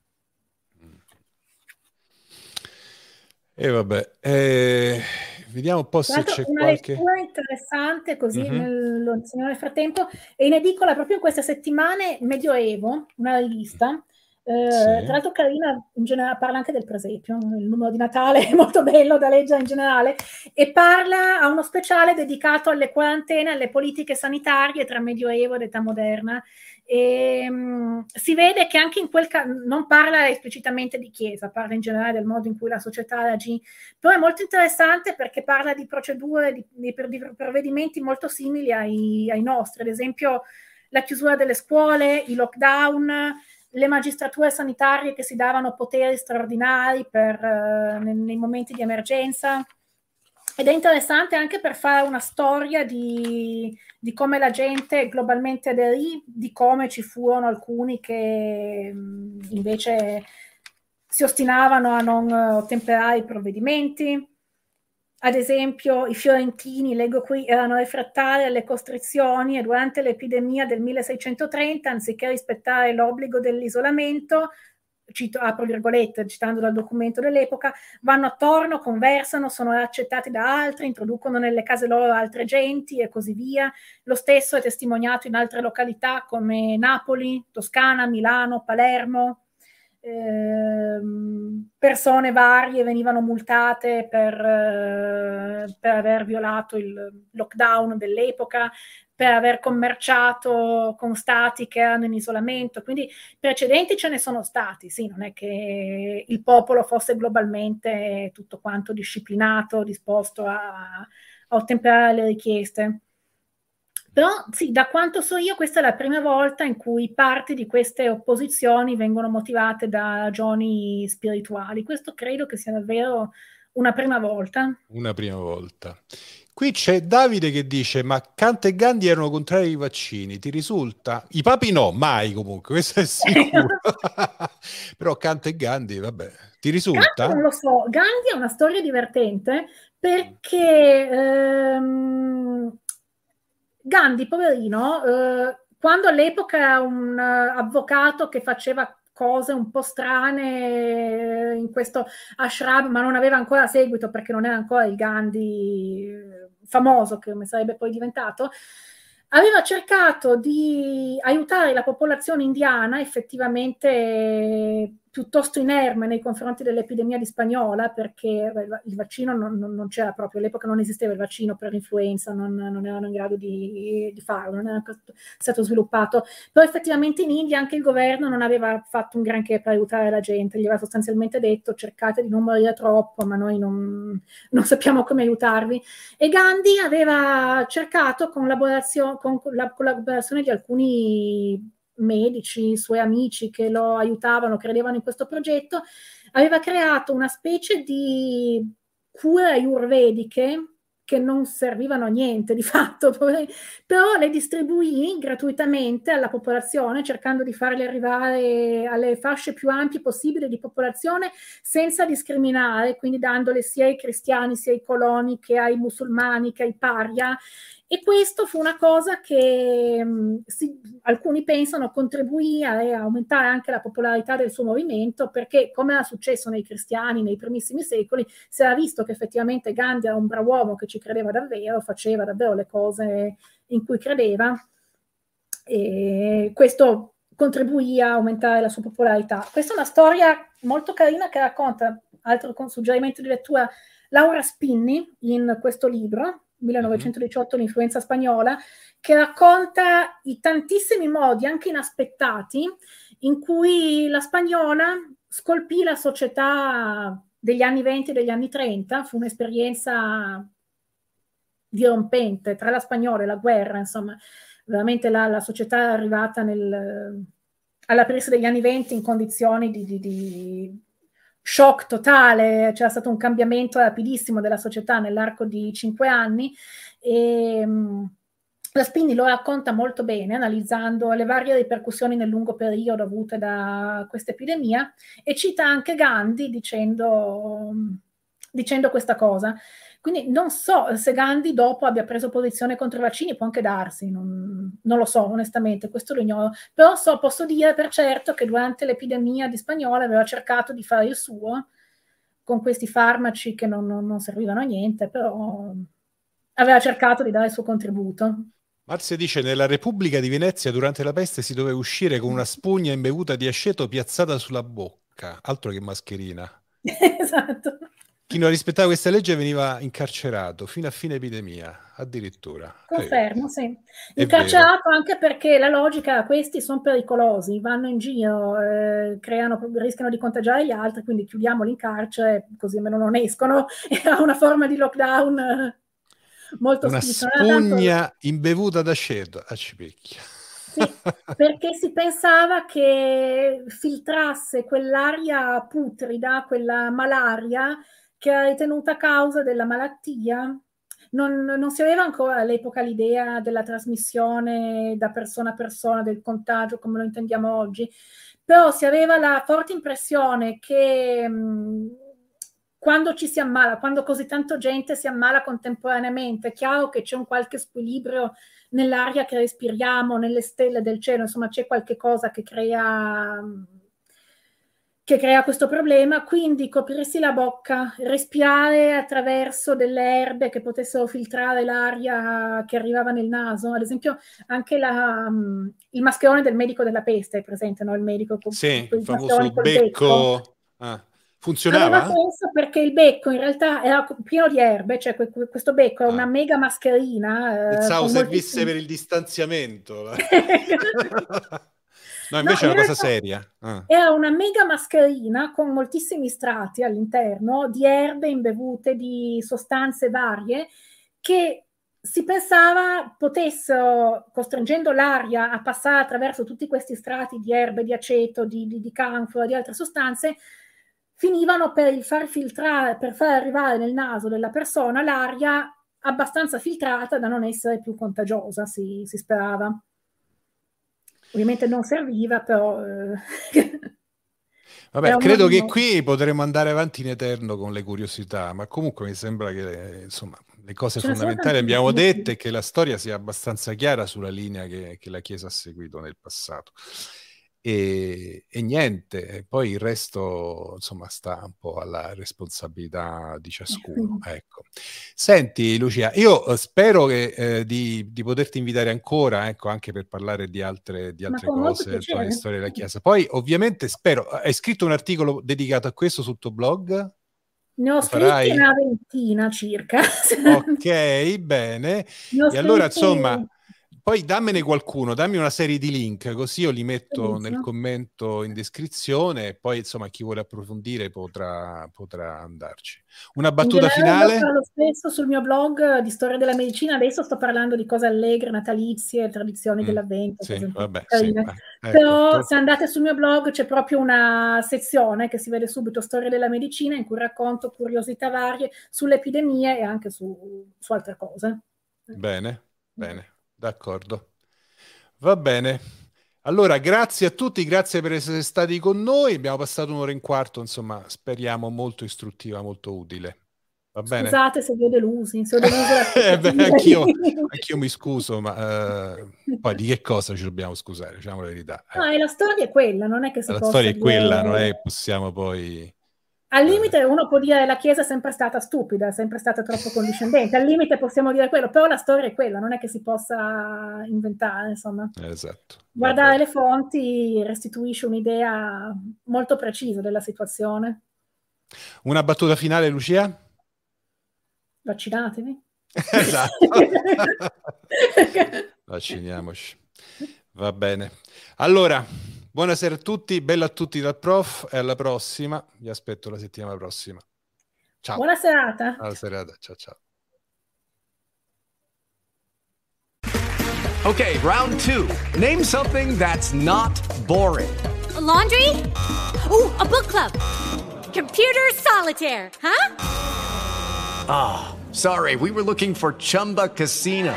[SPEAKER 2] E vabbè, eh, vediamo un po' se c'è
[SPEAKER 3] una
[SPEAKER 2] qualche...
[SPEAKER 3] lettura interessante così
[SPEAKER 2] mm-hmm.
[SPEAKER 3] nel, nel frattempo, è in edicola proprio in queste settimane Medioevo, una rivista, eh,
[SPEAKER 2] sì.
[SPEAKER 3] tra l'altro carina, in generale, parla anche del presepio, il numero di Natale è molto bello da leggere in generale, e parla a uno speciale dedicato alle quarantene, alle politiche sanitarie tra Medioevo ed età moderna. E, um, si vede che anche in quel caso non parla esplicitamente di Chiesa, parla in generale del modo in cui la società agì, però è molto interessante perché parla di procedure, di, di, di provvedimenti molto simili ai, ai nostri, ad esempio la chiusura delle scuole, i lockdown, le magistrature sanitarie che si davano poteri straordinari per, eh, nei, nei momenti di emergenza. Ed è interessante anche per fare una storia di, di come la gente globalmente aderì, di come ci furono alcuni che mh, invece si ostinavano a non ottemperare i provvedimenti. Ad esempio, i fiorentini, leggo qui, erano refrattari alle costrizioni e durante l'epidemia del milleseicentotrenta, anziché rispettare l'obbligo dell'isolamento, cito, apro virgolette, citando dal documento dell'epoca, vanno attorno, conversano, sono accettati da altri, introducono nelle case loro altre genti e così via. Lo stesso è testimoniato in altre località come Napoli, Toscana, Milano, Palermo. Eh, persone varie venivano multate per, eh, per aver violato il lockdown dell'epoca, per aver commerciato con stati che erano in isolamento, quindi precedenti ce ne sono stati, sì, non è che il popolo fosse globalmente tutto quanto disciplinato, disposto a, a ottemperare alle richieste. Però sì, da quanto so io, questa è la prima volta in cui parti di queste opposizioni vengono motivate da ragioni spirituali. Questo credo che sia davvero una prima volta.
[SPEAKER 2] Una prima volta. Qui c'è Davide che dice: ma Kant e Gandhi erano contrari ai vaccini, ti risulta? I papi no, mai comunque, questo è sicuro. Però Kant e Gandhi, vabbè, ti risulta?
[SPEAKER 3] Gandhi non lo so, Gandhi è una storia divertente perché ehm, Gandhi, poverino, eh, quando all'epoca era un uh, avvocato che faceva cose un po' strane in questo ashram, ma non aveva ancora seguito perché non era ancora il Gandhi famoso che sarebbe poi diventato, aveva cercato di aiutare la popolazione indiana, effettivamente piuttosto inerme nei confronti dell'epidemia di spagnola, perché beh, il vaccino non, non, non c'era proprio, all'epoca non esisteva il vaccino per l'influenza, non, non erano in grado di, di farlo, non era stato sviluppato, però effettivamente in India anche il governo non aveva fatto un granché per aiutare la gente, gli aveva sostanzialmente detto cercate di non morire troppo, ma noi non, non sappiamo come aiutarvi. E Gandhi aveva cercato con, con la collaborazione di alcuni medici, suoi amici che lo aiutavano, credevano in questo progetto, aveva creato una specie di cure ayurvediche che non servivano a niente di fatto, però le distribuì gratuitamente alla popolazione, cercando di farle arrivare alle fasce più ampie possibili di popolazione senza discriminare, quindi dandole sia ai cristiani, sia ai coloni, che ai musulmani, che ai paria. E questo fu una cosa che mh, si, alcuni pensano contribuì a, a aumentare anche la popolarità del suo movimento, perché come era successo nei cristiani nei primissimi secoli, si era visto che effettivamente Gandhi era un bravo uomo che ci credeva davvero, faceva davvero le cose in cui credeva, e questo contribuì a aumentare la sua popolarità. Questa è una storia molto carina che racconta, altro con suggerimento di lettura, Laura Spinni in questo libro, millenovecentodiciotto, l'influenza spagnola, che racconta i tantissimi modi, anche inaspettati, in cui la spagnola scolpì la società degli anni venti e degli anni trenta. Fu un'esperienza dirompente tra la spagnola e la guerra, insomma, veramente la, la società è arrivata nel, all'aprirsi degli anni venti in condizioni di, di, di shock totale, c'era stato un cambiamento rapidissimo della società nell'arco di cinque anni e um, la Spinni lo racconta molto bene, analizzando le varie ripercussioni nel lungo periodo avute da questa epidemia, e cita anche Gandhi dicendo, dicendo questa cosa. Quindi non so se Gandhi dopo abbia preso posizione contro i vaccini, può anche darsi, non, non lo so onestamente, questo lo ignoro, però so, posso dire per certo che durante l'epidemia di spagnola aveva cercato di fare il suo con questi farmaci che non, non, non servivano a niente, però aveva cercato di dare il suo contributo.
[SPEAKER 2] Marzia dice: nella Repubblica di Venezia durante la peste si doveva uscire con una spugna imbevuta di aceto piazzata sulla bocca, altro che mascherina.
[SPEAKER 3] Esatto.
[SPEAKER 2] Chi non rispettava questa legge veniva incarcerato fino a fine epidemia, addirittura.
[SPEAKER 3] Confermo, sì. Incarcerato anche perché la logica, questi sono pericolosi, vanno in giro, eh, creano, rischiano di contagiare gli altri, quindi chiudiamoli in carcere, così almeno non escono. Era una forma di lockdown eh, molto
[SPEAKER 2] una
[SPEAKER 3] spiccia.
[SPEAKER 2] spugna tanto... imbevuta d'aceto, a cipicchia.
[SPEAKER 3] Sì, perché si pensava che filtrasse quell'aria putrida, quella malaria, che era ritenuta causa della malattia. Non, non si aveva ancora all'epoca l'idea della trasmissione da persona a persona, del contagio come lo intendiamo oggi, però si aveva la forte impressione che mh, quando ci si ammala, quando così tanta gente si ammala contemporaneamente, è chiaro che c'è un qualche squilibrio nell'aria che respiriamo, nelle stelle del cielo, insomma c'è qualche cosa che crea, che crea questo problema, quindi coprirsi la bocca, respirare attraverso delle erbe che potessero filtrare l'aria che arrivava nel naso, ad esempio anche la, il mascherone del medico della peste, è presente, no? Il medico con
[SPEAKER 2] sì,
[SPEAKER 3] il
[SPEAKER 2] famoso becco. becco. Ah.
[SPEAKER 3] Funzionava? Aveva senso perché il becco in realtà era pieno di erbe, cioè questo becco è ah. una mega mascherina.
[SPEAKER 2] Pensavo eh, servisse moltissimi... per il distanziamento. No, invece no, è una cosa seria. Ah.
[SPEAKER 3] Era una mega mascherina con moltissimi strati all'interno di erbe imbevute di sostanze varie che si pensava potessero, costringendo l'aria a passare attraverso tutti questi strati di erbe, di aceto, di, di, di canfora, di altre sostanze, finivano per far filtrare, per far arrivare nel naso della persona l'aria abbastanza filtrata da non essere più contagiosa, si, si sperava. Ovviamente non serviva, però... Eh,
[SPEAKER 2] Vabbè, credo che qui potremmo andare avanti in eterno con le curiosità, ma comunque mi sembra che, insomma, le cose Ce fondamentali abbiamo dette e che la storia sia abbastanza chiara sulla linea che, che la Chiesa ha seguito nel passato. E, e niente, poi il resto insomma sta un po' alla responsabilità di ciascuno. Ecco. Senti Lucia, io spero che, eh, di, di poterti invitare ancora, ecco, anche per parlare di altre, di altre cose, di storia della Chiesa. Poi ovviamente spero, hai scritto un articolo dedicato a questo sul tuo blog?
[SPEAKER 3] Ne ho scritti farai... una ventina circa.
[SPEAKER 2] Ok, bene. E allora insomma... Poi dammene qualcuno, dammi una serie di link, così io li metto nel commento in descrizione e poi insomma chi vuole approfondire potrà, potrà andarci. Una battuta finale?
[SPEAKER 3] Io lo stesso sul mio blog di storia della medicina, adesso sto parlando di cose allegre, natalizie, tradizioni mm, dell'avvento.
[SPEAKER 2] Sì, vabbè, sì, ecco,
[SPEAKER 3] però
[SPEAKER 2] proprio...
[SPEAKER 3] se andate sul mio blog c'è proprio una sezione che si vede subito, storia della medicina, in cui racconto curiosità varie sulle epidemie e anche su, su altre cose.
[SPEAKER 2] Bene, bene. D'accordo, va bene. Allora, grazie a tutti, grazie per essere stati con noi. Abbiamo passato un'ora e un quarto, insomma, speriamo molto istruttiva, molto utile. Va bene?
[SPEAKER 3] Scusate se vi ho delusi. Se ho deluso la
[SPEAKER 2] eh beh, anch'io, anch'io mi scuso, ma uh, poi di che cosa ci dobbiamo scusare? Diciamo la verità.
[SPEAKER 3] No, eh. e la storia è quella, non è che si
[SPEAKER 2] la
[SPEAKER 3] possa
[SPEAKER 2] storia è
[SPEAKER 3] dire...
[SPEAKER 2] quella, non è che possiamo poi...
[SPEAKER 3] Al limite uno può dire che la Chiesa è sempre stata stupida, è sempre stata troppo condiscendente, al limite possiamo dire quello, però la storia è quella, non è che si possa inventare, insomma.
[SPEAKER 2] Esatto.
[SPEAKER 3] Guardare le fonti restituisce un'idea molto precisa della situazione.
[SPEAKER 2] Una battuta finale, Lucia?
[SPEAKER 3] Vaccinatevi.
[SPEAKER 2] Esatto. Vacciniamoci. Va bene. Allora... Buonasera a tutti, bella a tutti dal prof e alla prossima. Vi aspetto la settimana prossima. Ciao.
[SPEAKER 3] Buona serata.
[SPEAKER 2] Buona serata, ciao ciao.
[SPEAKER 6] Okay, round two. Name something that's not boring.
[SPEAKER 7] A laundry? Ooh, a book club. Computer solitaire, huh?
[SPEAKER 6] Ah, oh, sorry, we were looking for Chumba Casino.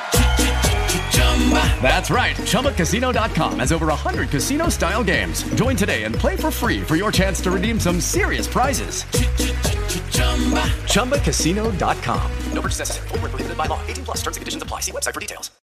[SPEAKER 6] That's right. Chumba Casino dot com has over one hundred casino-style games. Join today and play for free for your chance to redeem some serious prizes. Chumba Casino dot com. No purchase necessary. Void where prohibited by law. eighteen plus. Terms and conditions apply. See website for details.